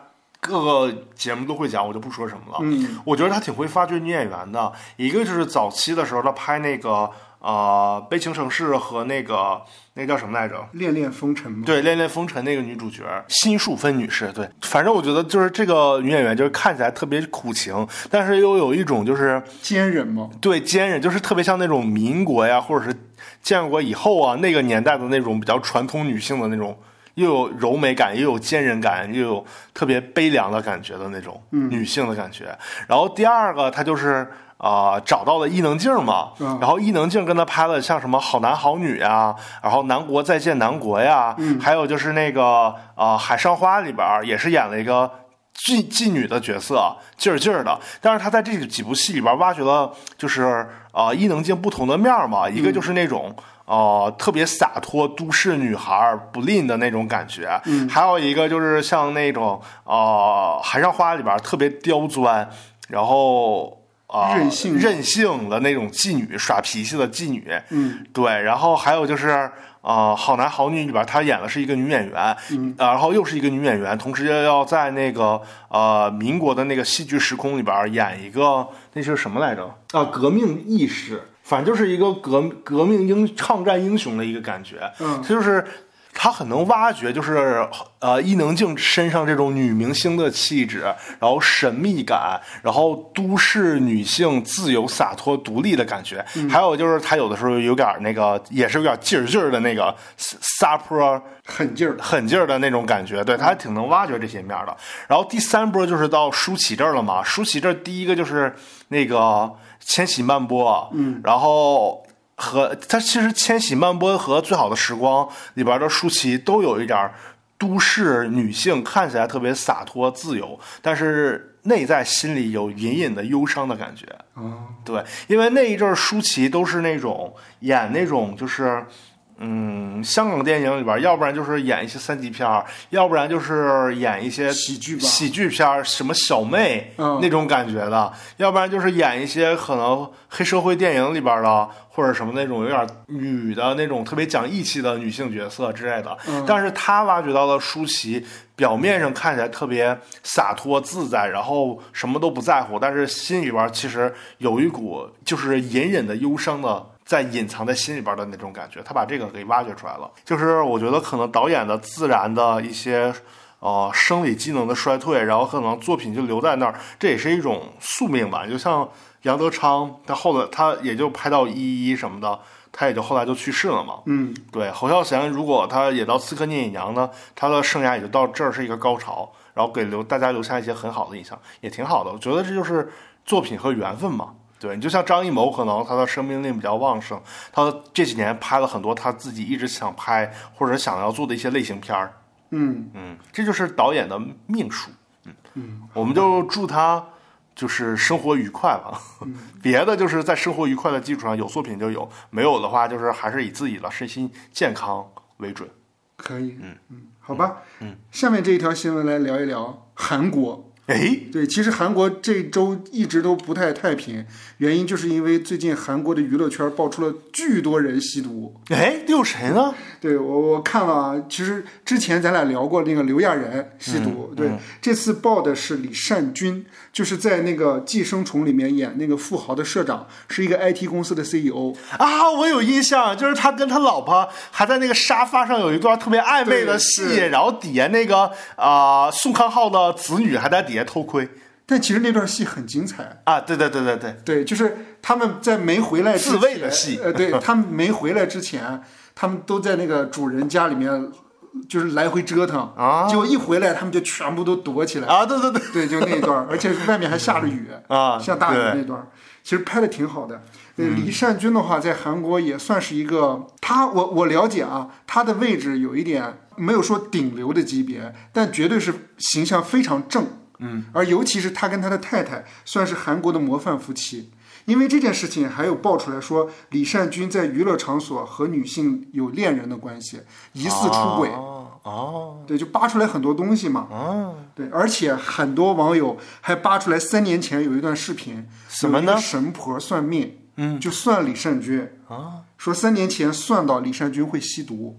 各个节目都会讲，我就不说什么了。 嗯， 我觉得他挺会发掘女演员的，一个就是早期的时候他拍那个呃《悲情城市》和那个那叫什么来着，《 恋恋风尘》吗？ 对，《恋恋风尘》那个女主角辛淑芬女士。对，反正我觉得就是这个女演员就是看起来特别苦情，但是又有一种就是坚韧吗？ 对，坚韧，就是特别像那种民国呀，或者是建国以后啊那个年代的那种比较传统女性的那种，又有柔美感，又有坚韧感，又有特别悲凉的感觉的那种女性的感觉。嗯、然后第二个，她就是啊、呃、找到了伊能静嘛，嗯、然后伊能静跟她拍了像什么《好男好女》啊，然后《南国再见南国》呀，嗯、还有就是那个啊、呃《海上花》里边也是演了一个妓妓女的角色，劲儿劲儿的。但是她在这几部戏里边挖掘了就是呃伊能静不同的面嘛，一个就是那种。嗯呃，特别洒脱都市女孩不吝的那种感觉，嗯，还有一个就是像那种呃《海上花》里边特别刁钻，然后呃任性任性的那种妓女，耍脾气的妓女， 嗯， 对，然后还有就是呃《好男好女》里边她演的是一个女演员，嗯、呃，然后又是一个女演员，同时要在那个呃民国的那个戏剧时空里边演一个那是什么来着啊、呃？革命义士。反正就是一个革革命英抗战英雄的一个感觉，嗯，就是他很能挖掘，就是呃伊能静身上这种女明星的气质，然后神秘感，然后都市女性自由洒脱独立的感觉，嗯、还有就是他有的时候有点那个，也是有点劲儿劲儿的那个撒泼狠劲儿狠劲儿的那种感觉，对他还挺能挖掘这些面的。然后第三波就是到舒淇这儿了嘛，舒淇这儿第一个就是那个。千禧曼波，嗯，然后和他其实千禧曼波和最好的时光里边的舒淇都有一点都市女性，看起来特别洒脱自由，但是内在心里有隐隐的忧伤的感觉。 哦， 对，因为那一阵舒淇都是那种演那种就是。嗯，香港电影里边，要不然就是演一些三级片，要不然就是演一些喜剧吧， 喜剧片，什么小妹、 嗯、 那种感觉的，要不然就是演一些可能黑社会电影里边的，或者什么那种有点女的那种特别讲义气的女性角色之类的。嗯、但是他挖掘到了舒淇，表面上看起来特别洒脱自在，然后什么都不在乎，但是心里边其实有一股就是隐忍的忧伤的。在隐藏在心里边的那种感觉，他把这个给挖掘出来了。就是我觉得可能导演的自然的一些呃生理机能的衰退，然后可能作品就留在那儿，这也是一种宿命吧。就像杨德昌，他后来他也就拍到一一什么的，他也就后来就去世了嘛。 嗯， 对。侯孝贤如果他也到刺客聂隐娘呢，他的生涯也就到这儿是一个高潮，然后给留大家留下一些很好的印象，也挺好的。我觉得这就是作品和缘分嘛。对，你就像张艺谋，可能他的生命力比较旺盛，他这几年拍了很多他自己一直想拍或者想要做的一些类型片儿。 嗯嗯，这就是导演的命数。嗯嗯， 我们就祝他就是生活愉快吧。嗯、别的就是在生活愉快的基础上，有作品就有，没有的话就是还是以自己的身心健康为准。 可以， 嗯嗯，好吧。 嗯， 下面这一条新闻来聊一聊韩国。 哎， 对，其实韩国这周一直都不太太平，原因就是因为最近韩国的娱乐圈爆出了巨多人吸毒。 哎，有谁呢？ 对，我我看了啊，其实之前咱俩聊过那个刘亚仁吸毒， 嗯、 对、 嗯， 这次爆的是李善均，就是在那个《寄生虫》里面演那个富豪的社长，是一个 I T 公司的 C E O 啊，我有印象，就是他跟他老婆还在那个沙发上有一段特别暧昧的戏，然后底下那个啊、呃、宋康昊的子女还在底下偷窥。 但其实那段戏很精彩啊！对对对对对对，就是他们在没回来之前， 自卫的戏， 呃，对他们没回来之前，他们都在那个主人家里面，就是来回折腾啊。 结果一回来，他们就全部都躲起来啊！对对对对，就那一段，而且外面还下着雨啊， 下大雨那段，其实拍的挺好的。嗯、李善均的话，在韩国也算是一个，他我我了解啊，他的位置有一点没有说顶流的级别，但绝对是形象非常正。 嗯， 而尤其是他跟他的太太算是韩国的模范夫妻，因为这件事情还有爆出来说李善均在娱乐场所和女性有恋人的关系，疑似出轨。 哦，哦对，就扒出来很多东西嘛。 哦， 对，而且很多网友还扒出来三年前有一段视频， 什么呢？ 神婆算命， 嗯， 就算李善均啊， 说三年前算到李善均会吸毒。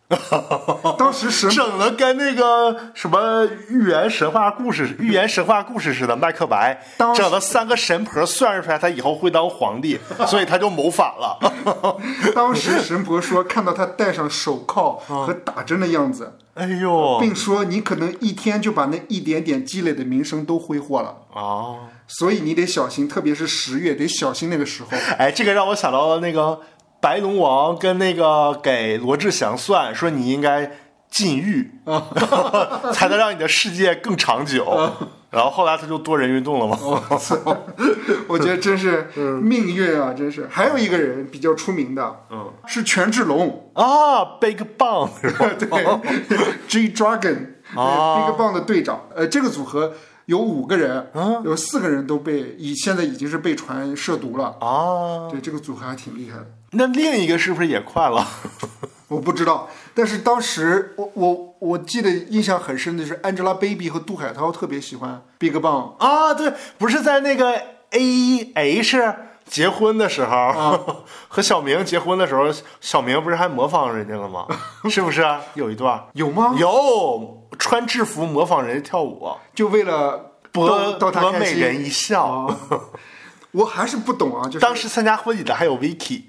当时神整的跟那个什么寓言神话故事、寓言神话故事似的，麦克白整了三个神婆算出来他以后会当皇帝，所以他就谋反了。 当时神婆说看到他戴上手铐和打针的样子， 哎呦， 并说你可能一天就把那一点点积累的名声都挥霍了哦， 所以你得小心，特别是十月得小心那个时候。 哎，这个让我想到了那个白龙王跟那个给罗志祥算说你应该禁欲啊，才能让你的世界更长久。啊、然后后来他就多人运动了嘛。 哦、我觉得真是命运啊，真是。还有一个人比较出名的，嗯，是权志龙啊 ，Big Bang 是吧？ 对 ，G Dragon， 啊 ，Big Bang 的队长。呃，这个组合有五个人，嗯、有四个人都被已现在已经是被传涉毒了啊。对，这个组合还挺厉害的。 那另一个是不是也快了？ 我不知道，但是当时我我我记得印象很深的是 Angelababy 和杜海涛特别喜欢 Big Bang 啊，对，不是在那个 A H 结婚的时候，啊、和小明结婚的时候，小明不是还模仿人家了吗？是不是有一段？ 有吗？ 有，穿制服模仿人家跳舞， 就为了博逗他开心， 博美人一笑。 哦我还是不懂啊，就是当时参加婚礼的还有 Vicky，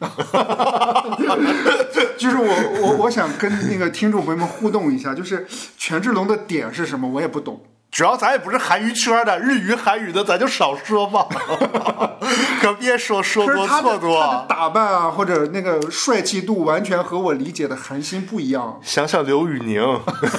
就是我我我想跟那个听众朋友们互动一下，就是权志龙的点是什么，我也不懂。 主要咱也不是韩语圈的，日语韩语的咱就少说吧，可别说说多错多。 他的打扮啊，或者那个帅气度，完全和我理解的韩星不一样。 想想刘宇宁，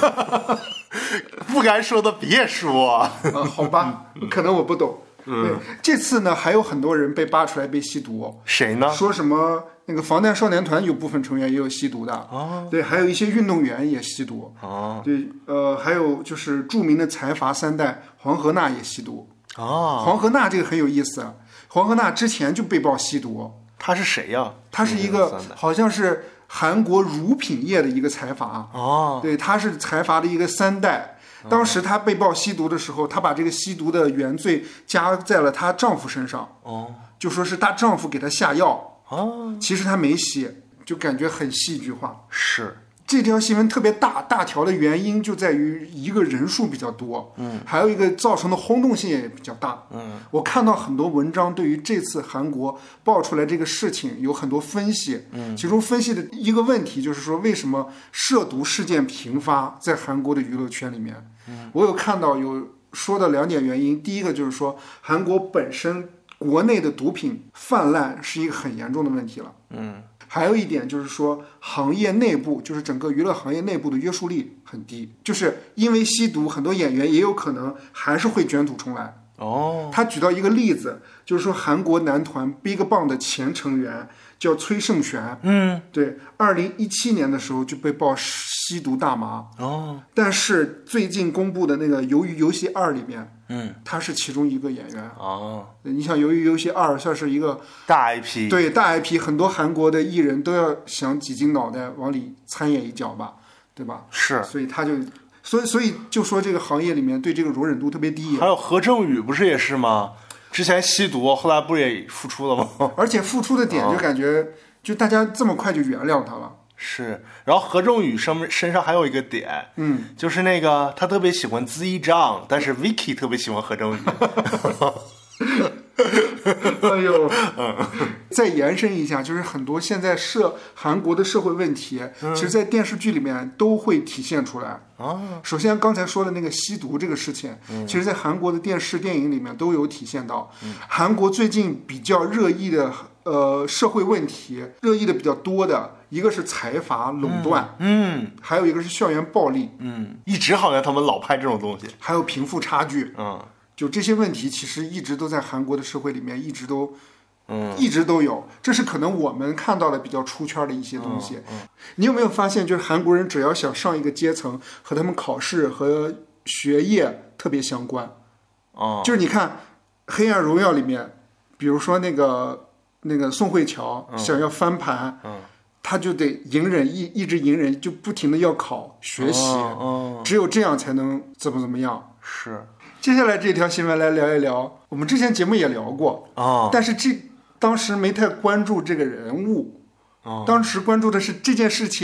不该说的别说。 啊，好吧，可能我不懂。嗯，这次呢还有很多人被扒出来被吸毒， 谁呢？ 说什么那个防弹少年团有部分成员也有吸毒的，哦，对，还有一些运动员也吸毒，哦，对，呃，还有就是著名的财阀三代黄河娜也吸毒，哦，黄河娜这个很有意思，黄河娜之前就被曝吸毒， 他是谁呀？ 他是一个好像是韩国乳品业的一个财阀，哦，对，他是财阀的一个三代。当时她被曝吸毒的时候，她把这个吸毒的原罪加在了她丈夫身上，哦，就说是她丈夫给她下药，哦，其实她没吸，就感觉很戏剧化。 是这条新闻特别大大条的原因就在于一个人数比较多，嗯，还有一个造成的轰动性也比较大，嗯，我看到很多文章对于这次韩国爆出来这个事情有很多分析，嗯，其中分析的一个问题就是说为什么涉毒事件频发在韩国的娱乐圈里面，嗯，我有看到有说的两点原因，第一个就是说韩国本身国内的毒品泛滥是一个很严重的问题了，嗯。还有一点就是说，行业内部就是整个娱乐行业内部的约束力很低，就是因为吸毒，很多演员也有可能还是会卷土重来。哦，他举到一个例子，就是说韩国男团 Big Bang 的前成员叫崔胜玄，嗯，对，二零一七年的时候就被曝吸毒大麻。哦，但是最近公布的那个《鱿鱼游戏二》里面，嗯，他是其中一个演员。哦，你想《鱿鱼游戏二》算是一个大 I P， 对大 I P， 很多韩国的艺人都要想挤进脑袋往里参演一脚吧，对吧？ 是， 所以他就。所以，所以就说这个行业里面对这个容忍度特别低。 还有何正宇不是也是吗？之前吸毒，后来不也复出了吗？ 而且复出的点就感觉，就大家这么快就原谅他了。 是，然后何正宇身身上还有一个点，嗯，就是那个他特别喜欢Z张，但是 Vicky 特别喜欢何正宇。 哎呦，嗯，再延伸一下，就是很多现在社韩国的社会问题，嗯、其实，在电视剧里面都会体现出来。啊，首先刚才说的那个吸毒这个事情，嗯、其实，在韩国的电视电影里面都有体现到。嗯、韩国最近比较热议的呃社会问题，热议的比较多的一个是财阀垄断，嗯，嗯还有一个是校园暴力， 嗯，一直好像他们老拍这种东西， 还有贫富差距，嗯。就这些问题，其实一直都在韩国的社会里面，一直都，嗯，一直都有。这是可能我们看到的比较出圈的一些东西。嗯嗯、你有没有发现，就是韩国人只要想上一个阶层，和他们考试和学业特别相关。哦，就是你看《黑暗荣耀》里面，比如说那个那个宋慧乔、嗯、想要翻盘，嗯，他就得隐忍，一一直隐忍，就不停的要考学习，哦哦、只有这样才能怎么怎么样。 是。 接下来这条新闻来聊一聊，我们之前节目也聊过啊，哦、但是这当时没太关注这个人物，哦、当时关注的是这件事情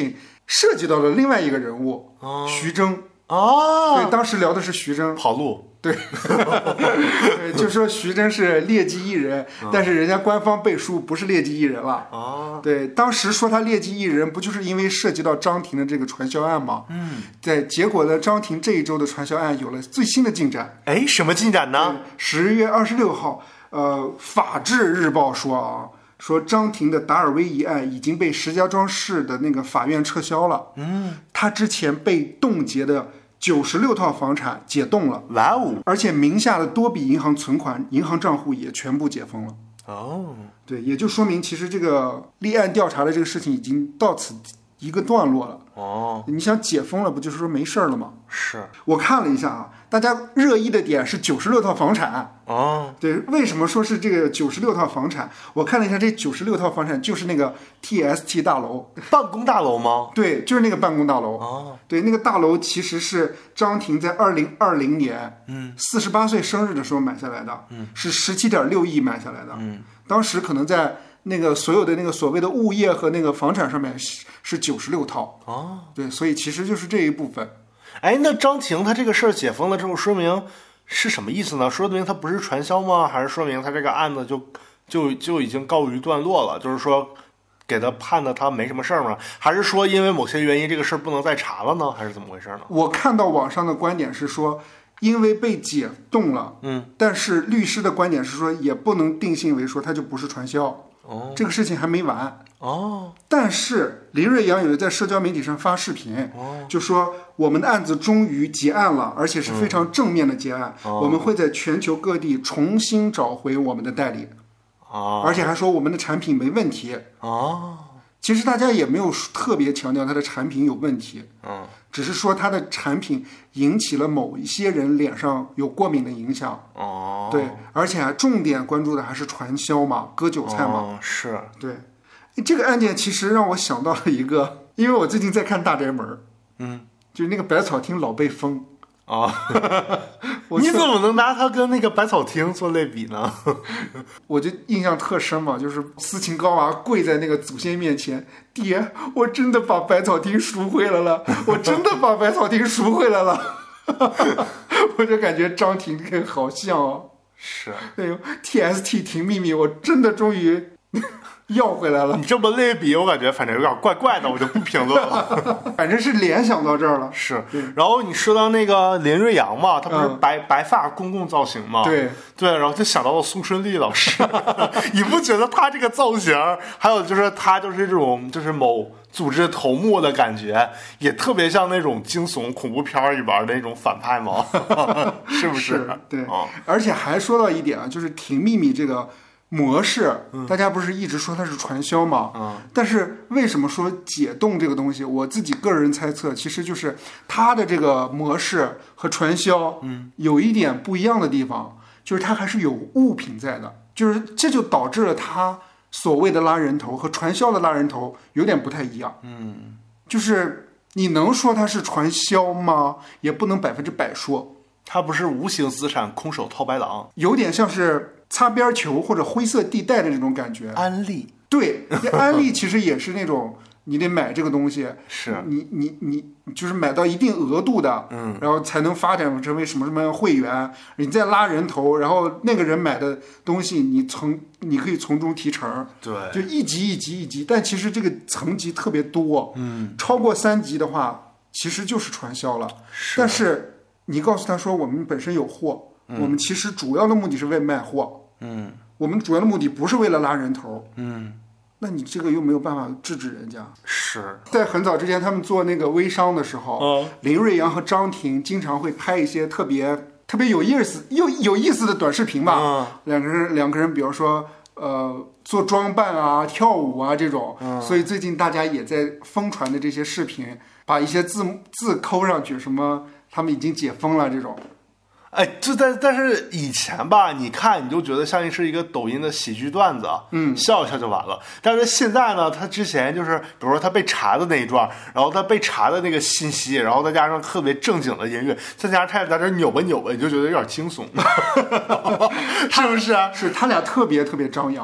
涉及到了另外一个人物、 哦、 徐峥。 哦， 对，当时聊的是徐峥跑路， 对，对，就说徐峥是劣迹艺人，嗯、但是人家官方背书不是劣迹艺人了。 哦， 对，当时说他劣迹艺人，不就是因为涉及到张庭的这个传销案吗？ 嗯， 对，结果呢，张庭这一周的传销案有了最新的进展。 哎，什么进展呢？ 十月二十六号，呃，法制日报说啊。说张庭的达尔威一案已经被石家庄市的那个法院撤销了。 嗯， 他之前被冻结的九十六套房产解冻了。 哇哦！ 而且名下的多笔银行存款、银行账户也全部解封了。 哦， 对，也就说明其实这个立案调查的这个事情已经到此一个段落了。 哦， 你想解封了，不就是说没事了吗？ 是。 我看了一下啊，大家热议的点是九十六套房产。 哦， 对，为什么说是这个九十六套房产？我看了一下，这九十六套房产就是那个 T S T 大楼， 办公大楼吗？ 对，就是那个办公大楼。 哦， 对，那个大楼其实是张庭在二零二零年， 嗯，四十八岁生日的时候买下来的， 嗯， 是十七点六亿买下来的， 嗯， 当时可能在那个所有的那个所谓的物业和那个房产上面是九十六套。 哦， 对，所以其实就是这一部分。 哎，那张庭他这个事儿解封了之后，说明是什么意思呢？说明他不是传销吗？还是说明他这个案子就就就已经告一段落了？就是说给他判的他没什么事儿吗？还是说因为某些原因这个事儿不能再查了呢？还是怎么回事呢？ 我看到网上的观点是说，因为被解冻了， 嗯， 但是律师的观点是说，也不能定性为说他就不是传销。 哦， 这个事情还没完。 哦， 但是林瑞阳有在社交媒体上发视频， 哦， 就说我们的案子终于结案了，而且是非常正面的结案。 嗯哦、 我们会在全球各地重新找回我们的代理。 哦， 而且还说我们的产品没问题。 哦， 其实大家也没有特别强调它的产品有问题， 嗯， 只是说它的产品引起了某一些人脸上有过敏的影响。 哦， 对，而且还重点关注的还是传销嘛，割韭菜嘛。 哦，是， 对。这个案件其实让我想到了一个，因为我最近在看《大宅门》， 嗯， 就是那个百草厅老被封啊。你怎么能拿它跟那个百草厅做类比呢？ 我就印象特深嘛，就是斯琴高娃跪在那个祖先面前，爹，我真的把百草厅赎回来了，我真的把百草厅赎回来了。我就感觉张庭跟好像哦， 是， 哎呦 ，T S T 庭秘密，我真的终于要回来了。 你这么类比，我感觉反正有点怪怪的，我就不评论了。 反正是联想到这儿了。 是，然后你说到那个林瑞阳嘛，他不是白、嗯、白发公共造型嘛？ 对对，然后就想到了宋春丽老师。你不觉得他这个造型，还有就是他就是这种就是某组织头目的感觉，也特别像那种惊悚恐怖片里边的那种反派吗？是不是？ 是对、 哦， 而且还说到一点啊，就是挺秘密这个模式，大家不是一直说它是传销吗？ 嗯， 但是为什么说解冻这个东西？我自己个人猜测，其实就是它的这个模式和传销， 嗯， 有一点不一样的地方，就是它还是有物品在的，就是这就导致了它所谓的拉人头和传销的拉人头有点不太一样。 嗯， 就是你能说它是传销吗？也不能百分之百说。 它不是无形资产空手套白狼， 有点像是擦边球或者灰色地带的这种感觉。 安利， 对，这安利其实也是那种你得买这个东西， 是你你你就是买到一定额度的， 嗯， 然后才能发展成为什么什么会员，你再拉人头，然后那个人买的东西你从你可以从中提成， 对， 就一级一级一级，但其实这个层级特别多， 嗯， 超过三级的话，其实就是传销了。 是， 但是你告诉他说我们本身有货， 嗯， 我们其实主要的目的是为卖货， 嗯， 我们主要的目的不是为了拉人头， 嗯， 那你这个又没有办法制止人家。 是在很早之前他们做那个微商的时候， 哦， 林瑞阳和张庭经常会拍一些特别特别有意思又有意思的短视频吧， 嗯， 两个人两个人比如说呃做装扮啊跳舞啊这种， 嗯， 所以最近大家也在疯传的这些视频，把一些字字抠上去，什么他们已经解封了这种。 哎，就但但是以前吧，你看你就觉得像是一个抖音的喜剧段子， 嗯， 笑一笑就完了。但是现在呢，他之前就是，比如说他被查的那一段，然后他被查的那个信息，然后再加上特别正经的音乐，再加上他在这扭吧扭吧，你就觉得有点惊悚，是不是啊？ 是他俩特别特别张扬。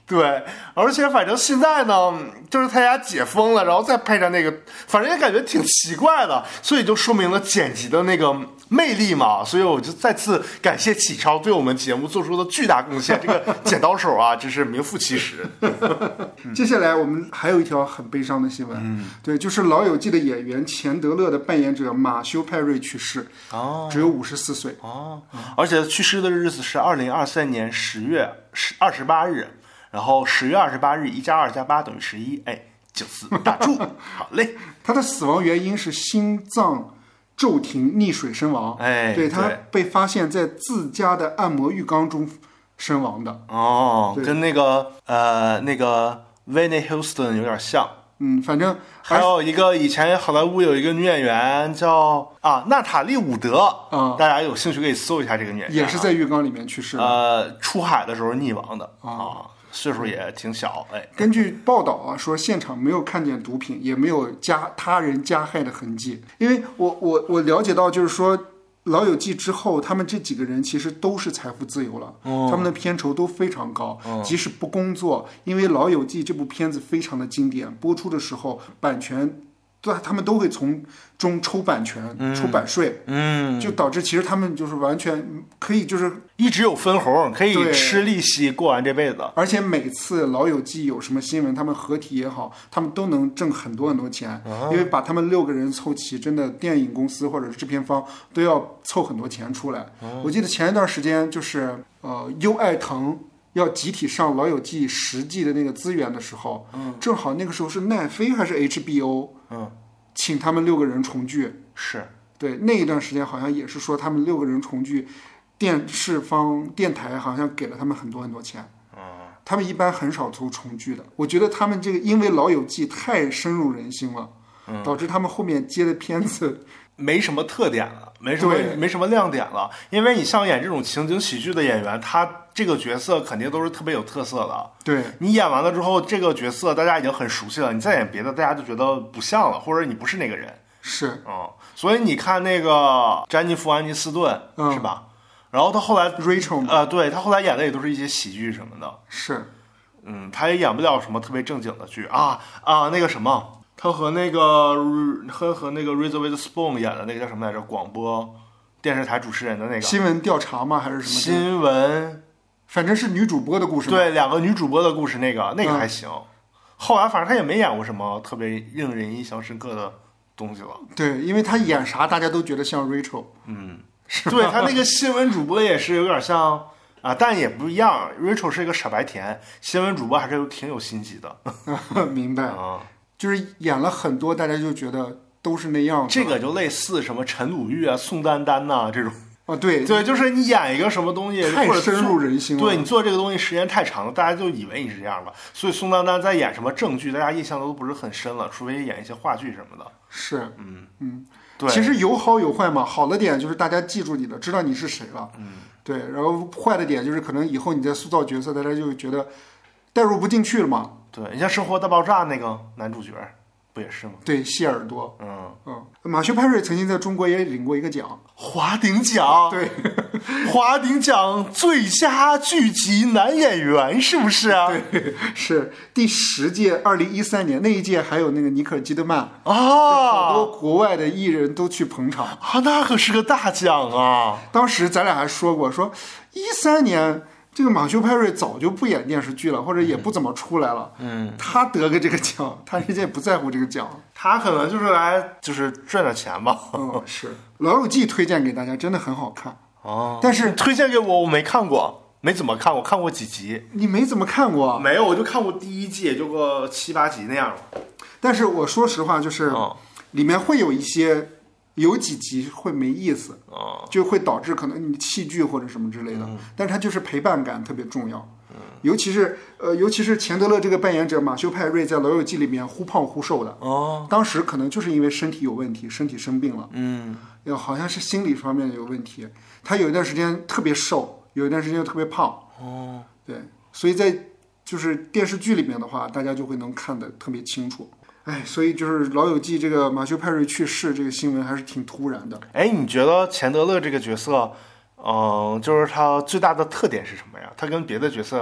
对，而且反正现在呢，就是他家解封了，然后再配上那个，反正也感觉挺奇怪的，所以就说明了剪辑的那个魅力嘛。所以我就再次感谢启超对我们节目做出的巨大贡献，这个剪刀手啊，真是名副其实。 接下来我们还有一条很悲伤的新闻，嗯、对，就是《老友记》的演员钱德勒的扮演者马修·派瑞去世，哦，只有五十四岁， 哦，而且去世的日子是二零二三年十月二十八日。然后十月二十八日，一加二加八等于十一，哎，九四打住，好嘞。 他的死亡原因是心脏骤停溺水身亡， 哎， 对他被发现在自家的按摩浴缸中身亡的。 哦，跟那个呃那个 Whitney Houston 有点像。 嗯，反正还有一个以前好莱坞有一个女演员叫啊娜塔莉伍德，啊、嗯，大家有兴趣可以搜一下这个女演员、啊， 也是在浴缸里面去世的。 呃，出海的时候溺亡的啊。啊岁数也挺小，哎。 根据报道啊，说现场没有看见毒品，也没有加他人加害的痕迹。因为我我我了解到，就是说《老友记》之后，他们这几个人其实都是财富自由了，哦、他们的片酬都非常高，哦、即使不工作，因为《老友记》这部片子非常的经典，播出的时候版权。对，他们都会从中抽版权、嗯、抽版税，嗯，就导致其实他们就是完全可以就是一直有分红，可以吃利息过完这辈子。 而且每次《老友记》有什么新闻，他们合体也好，他们都能挣很多很多钱，哦、因为把他们六个人凑齐，真的电影公司或者是制片方都要凑很多钱出来。哦、我记得前一段时间就是呃优爱腾。要集体上《老友记》十季的那个资源的时候，嗯，正好那个时候是奈飞还是 H B O， 嗯，请他们六个人重聚， 是对那一段时间好像也是说他们六个人重聚，电视方电台好像给了他们很多很多钱，嗯，他们一般很少做重聚的。我觉得他们这个因为《老友记》太深入人心了，嗯，导致他们后面接的片子。 没什么特点了，没什么没什么亮点了，因为你像演这种情景喜剧的演员，他这个角色肯定都是特别有特色的。 对， 你演完了之后，这个角色大家已经很熟悉了，你再演别的，大家就觉得不像了，或者你不是那个人。 是， 嗯，所以你看那个詹妮弗·安妮斯顿、嗯、是吧？然后他后来 Rachel 呃，对他后来演的也都是一些喜剧什么的。 是， 嗯，他也演不了什么特别正经的剧啊啊，那个什么。他和那个和和那个 Reese Witherspoon 演的那个叫什么来着？广播电视台主持人的那个新闻调查吗？还是什么新闻？ 反正是女主播的故事。 对，两个女主播的故事，那个那个还行。嗯、后来反正他也没演过什么特别令人印象深刻的东西了。 对，因为他演啥大家都觉得像 Rachel。 嗯，是对他那个新闻主播也是有点像啊，但也不一样。Rachel 是一个傻白甜，新闻主播还是有挺有心机的。 明白啊。 就是演了很多，大家就觉得都是那样子。 这个就类似什么陈鲁豫啊、宋丹丹呐、啊、这种啊，对对，就是你演一个什么东西太深入人心了， 对你做这个东西时间太长了，大家就以为你是这样吧。所以宋丹丹在演什么正剧，大家印象都不是很深了，除非演一些话剧什么的。 是， 嗯嗯， 对， 其实有好有坏嘛。好的点就是大家记住你了，知道你是谁了， 嗯， 对。然后坏的点就是可能以后你在塑造角色，大家就觉得代入不进去了嘛。 对，你像《生活大爆炸》那个男主角。不也是吗？ 对，谢耳朵。 嗯嗯，马修·派瑞曾经在中国也领过一个奖， 华鼎奖。 对， 华鼎奖最佳剧集男演员，是不是啊？ 对，是第十届，二零一三年那一届还有那个尼克·基德曼啊， 好多国外的艺人都去捧场啊，那可是个大奖啊！ 当时咱俩还说过，说一三年。这个马修·派瑞早就不演电视剧了，或者也不怎么出来了。 嗯， 他得个这个奖，他人家也不在乎这个奖， 他可能就是来就是赚点钱吧。 嗯，是《老友记》推荐给大家，真的很好看哦。 但是推荐给我，我没看过，没怎么看过，看过几集。 你没怎么看过？ 没有，我就看过第一季，也就个七八集那样。 但是我说实话，就是、 嗯、 里面会有一些。有几集会没意思， 哦、 就会导致可能你弃剧或者什么之类的。 嗯、 但是它就是陪伴感特别重要， 嗯、 尤其是呃，尤其是钱德勒这个扮演者马修·派瑞在《老友记》里面忽胖忽瘦的。 哦， 当时可能就是因为身体有问题，身体生病了， 嗯， 好像是心理方面有问题。他有一段时间特别瘦，有一段时间又特别胖。 哦， 对，所以在就是电视剧里面的话，大家就会能看得特别清楚。哎，所以就是《老友记》这个马修·派瑞去世这个新闻还是挺突然的。 哎，你觉得钱德勒这个角色，嗯、呃，就是他最大的特点是什么呀？他跟别的角色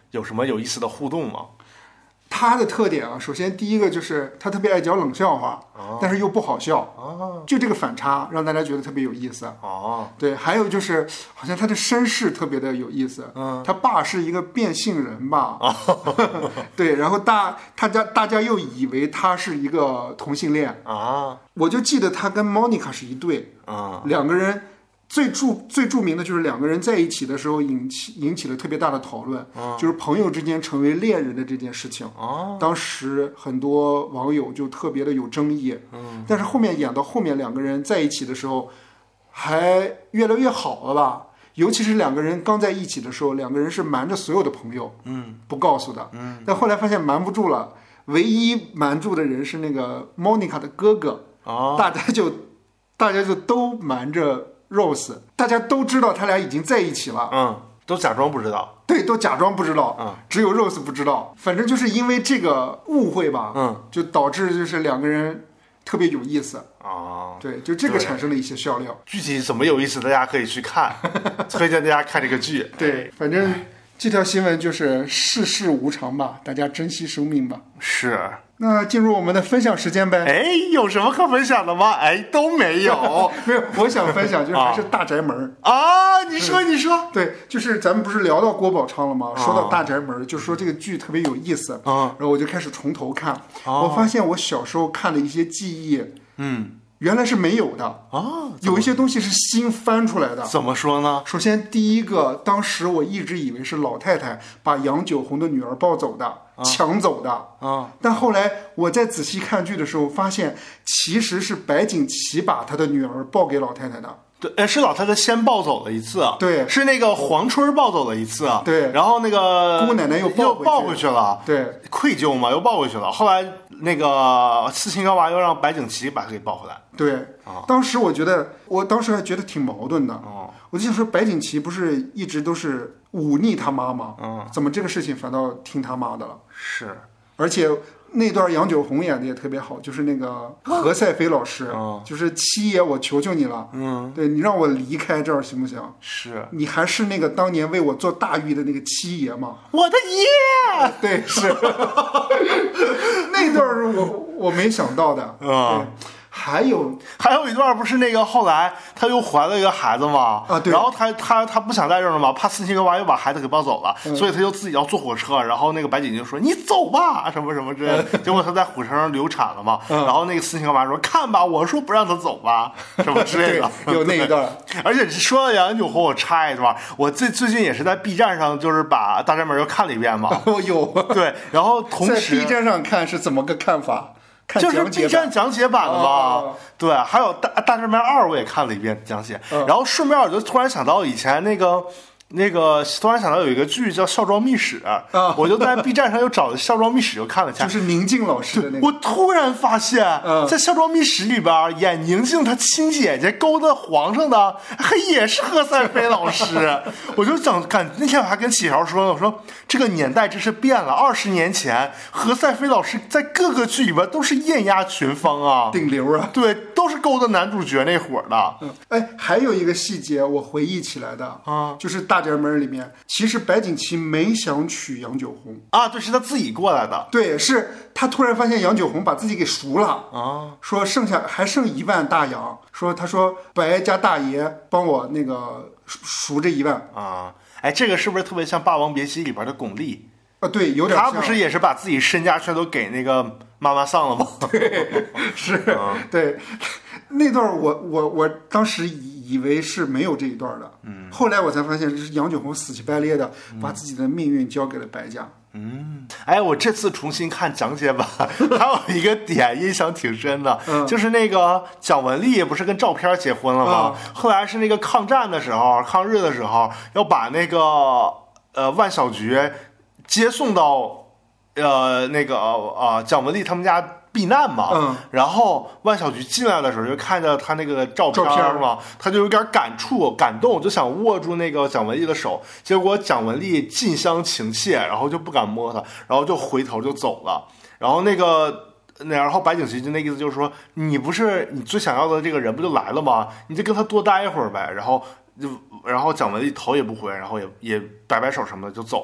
有什么有意思的互动吗？ 他的特点啊，首先第一个就是他特别爱讲冷笑话， 哦、 但是又不好笑， 哦、 就这个反差让大家觉得特别有意思。 哦， 对，还有就是好像他的身世特别的有意思。 嗯， 他爸是一个变性人吧？ 哦、 对，然后大大家大家又以为他是一个同性恋啊。 我就记得他跟 Monica 是一对， 啊， 两个人。最著最著名的就是两个人在一起的时候引起引起了特别大的讨论， 哦、 就是朋友之间成为恋人的这件事情。 哦， 当时很多网友就特别的有争议。 嗯， 但是后面演到后面两个人在一起的时候，还越来越好了吧？尤其是两个人刚在一起的时候，两个人是瞒着所有的朋友， 嗯， 不告诉的。 嗯， 但后来发现瞒不住了，唯一瞒住的人是那个 Monica 的哥哥。 哦， 大家就大家就都瞒着。Rose， 大家都知道他俩已经在一起了， 嗯，都假装不知道， 对，都假装不知道， 嗯， 只有 Rose 不知道。反正就是因为这个误会吧， 嗯， 就导致就是两个人特别有意思啊， 对，就这个产生了一些笑料。 具体怎么有意思，大家可以去看，推荐大家看这个剧。 对，反正这条新闻就是世事无常吧，大家珍惜生命吧。 是。 那进入我们的分享时间呗。 哎，有什么可分享的吗？哎，都没有。 没有，我想分享就是还是大宅门啊。你说，你说。 对，就是咱们不是聊到郭宝昌了吗？说到大宅门，就说这个剧特别有意思。 啊。 然后我就开始从头看，我发现我小时候看的一些记忆， 嗯。 原来是没有的啊， 有一些东西是新翻出来的。 怎么说呢？ 首先，第一个，当时我一直以为是老太太把杨九红的女儿抱走的，啊、抢走的啊。 但后来我在仔细看剧的时候，发现其实是白景琦把他的女儿抱给老太太的。 对，呃，是老太太先抱走了一次， 对， 是那个黄春抱走了一次， 对， 然后那个姑奶奶又又抱回去了， 对， 愧疚嘛，又抱回去了。后来那个斯琴高娃又让白景琦把她给抱回来。 对， 啊， 当时我觉得，我当时还觉得挺矛盾的， 哦， 我就想说，白景琦不是一直都是忤逆他妈吗？ 嗯， 怎么这个事情反倒听他妈的了？ 是， 而且。那段杨九红演的也特别好，就是那个何赛飞老师， 哦、 就是七爷，我求求你了， 嗯， 对你让我离开这儿行不行？ 是你还是那个当年为我做大狱的那个七爷吗？ 我的爷， 对，是那段是我我没想到的， 嗯。 还有还有一段不是那个后来他又怀了一个孩子嘛， 啊对， 然后他他他不想在这儿了嘛，怕斯琴高娃又把孩子给抱走了， 嗯、 所以他就自己要坐火车，然后那个白景就说你走吧什么什么之类的，结果他在火车上流产了嘛， 嗯、 然后那个斯琴高娃说看吧，我说不让他走吧什么之类的， 有那一段。 而且说到杨九红，我插一段，我最最近也是在 B 站上就是把大宅门又看了一遍嘛， 我有对，然后同时在 B 站上看是怎么个看法？ 就是 B 站讲解版的嘛， 哦、 对，还有大大宅门二我也看了一遍讲解， 嗯、 然后顺便我就突然想到以前那个那个，突然想到有一个剧叫《孝庄秘史》， 啊， 我就在 B 站上又找《孝庄秘史》又看了一下， 就是宁静老师的那个。 我突然发现， 嗯、 在《孝庄秘史》里边演宁静她亲姐姐勾搭皇上的，还也是何赛飞老师。我就想感那天我还跟启豪说，我说这个年代真是变了，二十年前何赛飞老师在各个剧里边都是艳压群芳啊， 顶流啊， 对，都是勾搭男主角那伙的。 嗯，哎，还有一个细节我回忆起来的啊， 就是大宅门里面，其实白景琦没想娶杨九红啊，对，是他自己过来的。 对，是他突然发现杨九红把自己给赎了啊， 说剩下还剩一万大洋，说他说白家大爷帮我那个赎这一万啊。哎，这个是不是特别像《霸王别姬》里边的巩俐啊？对，有点像。 他不是也是把自己身家全都给那个妈妈丧了吗？ 对，是， 啊、 对，那段我我我当时以以为是没有这一段的， 嗯， 后来我才发现这是杨九红死乞白咧的把自己的命运交给了白家。 嗯，哎，我这次重新看讲解版，还有一个点印象挺深的， 嗯、 就是那个蒋雯丽不是跟赵片结婚了吗？ 嗯、 后来是那个抗战的时候，抗日的时候，要把那个呃万小菊接送到呃那个呃蒋雯丽他们家避难嘛， 嗯， 然后万小菊进来的时候就看着他那个照片嘛，他就有点感触感动，就想握住那个蒋雯丽的手，结果蒋雯丽近乡情怯，然后就不敢摸他，然后就回头就走了，然后那个那然后白景琦就那意思就是说，你不是你最想要的这个人不就来了吗？你就跟他多待一会儿呗，然后就然后蒋雯丽头也不回，然后也也摆摆手什么的就走了。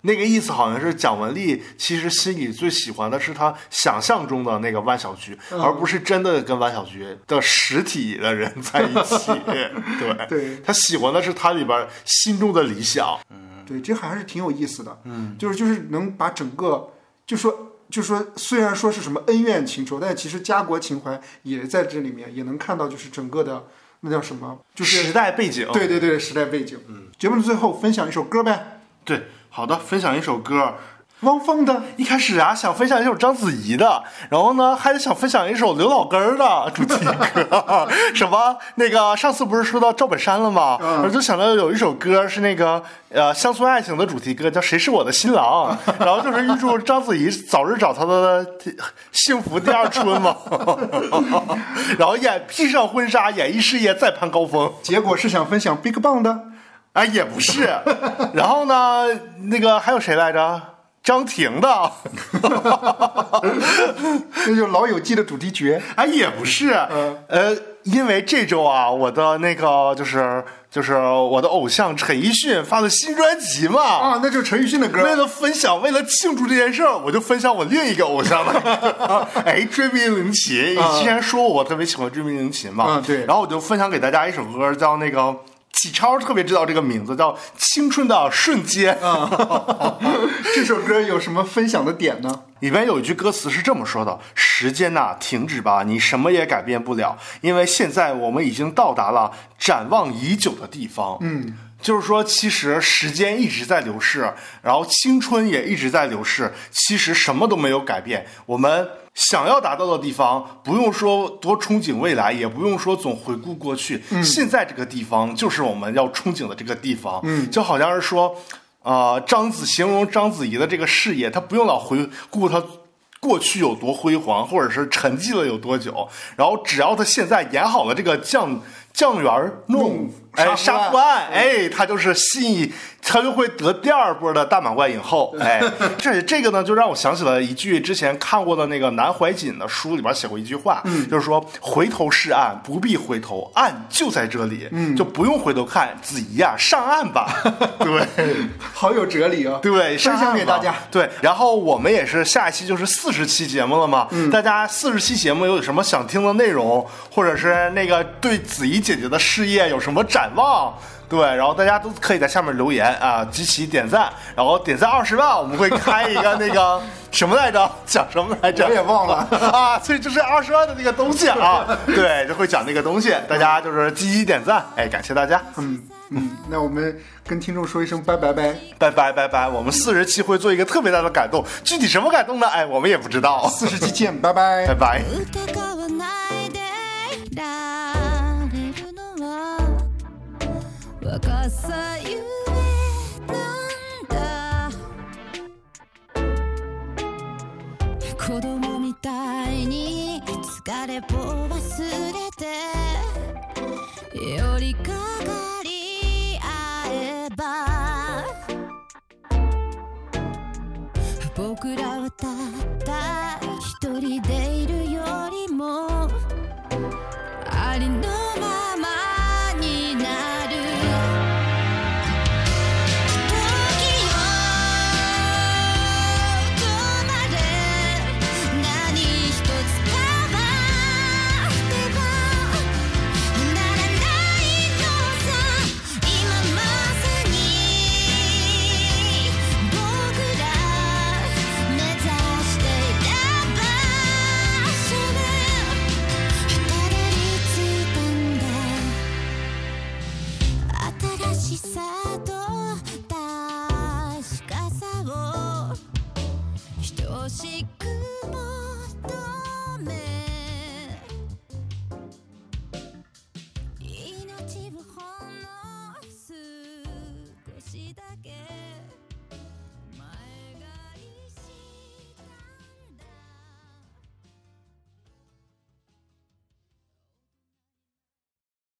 那个意思好像是蒋雯丽其实心里最喜欢的是她想象中的那个万小菊，嗯、而不是真的跟万小菊的实体的人在一起。对， 对， 她喜欢的是她里边心中的理想。 嗯，对，这还是挺有意思的。嗯，就是就是能把整个就说。就说虽然说是什么恩怨情仇，但其实家国情怀也在这里面，也能看到就是整个的那叫什么，就是时代背景。 对对对，时代背景。嗯，节目的最后分享一首歌呗。 对，好的，分享一首歌。 汪峰的。 一开始啊想分享一首章子怡的，然后呢还想分享一首刘老根儿的主题歌。什么那个上次不是说到赵本山了吗？嗯、我就想到有一首歌是那个呃乡村爱情的主题歌，叫谁是我的新郎。然后就是预祝章子怡早日找她的幸福第二春嘛。然后演披上婚纱，演艺事业再攀高峰。 结果是想分享 BigBang 的。 啊，也不是。然后呢那个还有谁来着？张庭的。 这就是老友记的主题曲。 啊，也不是。嗯、呃因为这周啊我的那个就是就是我的偶像陈奕迅发了新专辑嘛。 啊，那就是陈奕迅的歌。 为了分享为了庆祝这件事儿，我就分享我另一个偶像的。哎，追名林琴。你之前说我特别喜欢追名林琴嘛。 嗯，对。 然后我就分享给大家一首歌，叫那个启超特别知道这个名字，叫《青春的瞬间》。 这首歌有什么分享的点呢？ 里边有一句歌词是这么说的：时间呐、啊，停止吧，你什么也改变不了，因为现在我们已经到达了展望已久的地方。 嗯， 就是说其实时间一直在流逝，然后青春也一直在流逝，其实什么都没有改变。我们想要达到的地方，不用说多憧憬未来，也不用说总回顾过去、嗯、现在这个地方就是我们要憧憬的这个地方。 嗯， 就好像是说呃，章子形容章子怡的这个事业，她不用老回顾她过去有多辉煌，或者是沉寂了有多久，然后只要她现在演好了这个酱酱园弄哎杀夫案，哎，她就是吸引，她就会得第二波的大满贯影后。哎，这这个呢，就让我想起了一句之前看过的那个南怀瑾的书里边写过一句话， 嗯， 就是说回头是岸，不必回头，岸就在这里， 嗯， 就不用回头看，子怡呀、啊，上岸吧。对， 好有哲理啊！ 对， 分享给大家。 对，然后我们也是下一期就是四十期节目了嘛， 嗯， 大家四十期节目有什么想听的内容，或者是那个对子怡姐姐的事业有什么展望？对，然后大家都可以在下面留言啊，集齐点赞，然后点赞二十万，我们会开一个那个什么来着，讲什么来着？ 我也忘了啊，所以就是二十万的那个东西啊，对，就会讲那个东西，大家就是积极点赞，哎，感谢大家。 嗯嗯，那我们跟听众说一声拜拜拜拜拜拜拜，我们四十期会做一个特别大的改动，具体什么改动呢？哎，我们也不知道。 四十期见，拜拜拜拜。 若さゆえなんだ子供みたいに疲れを忘れて寄りかかり合えば僕らはたった一人でいるよりもありのままになるし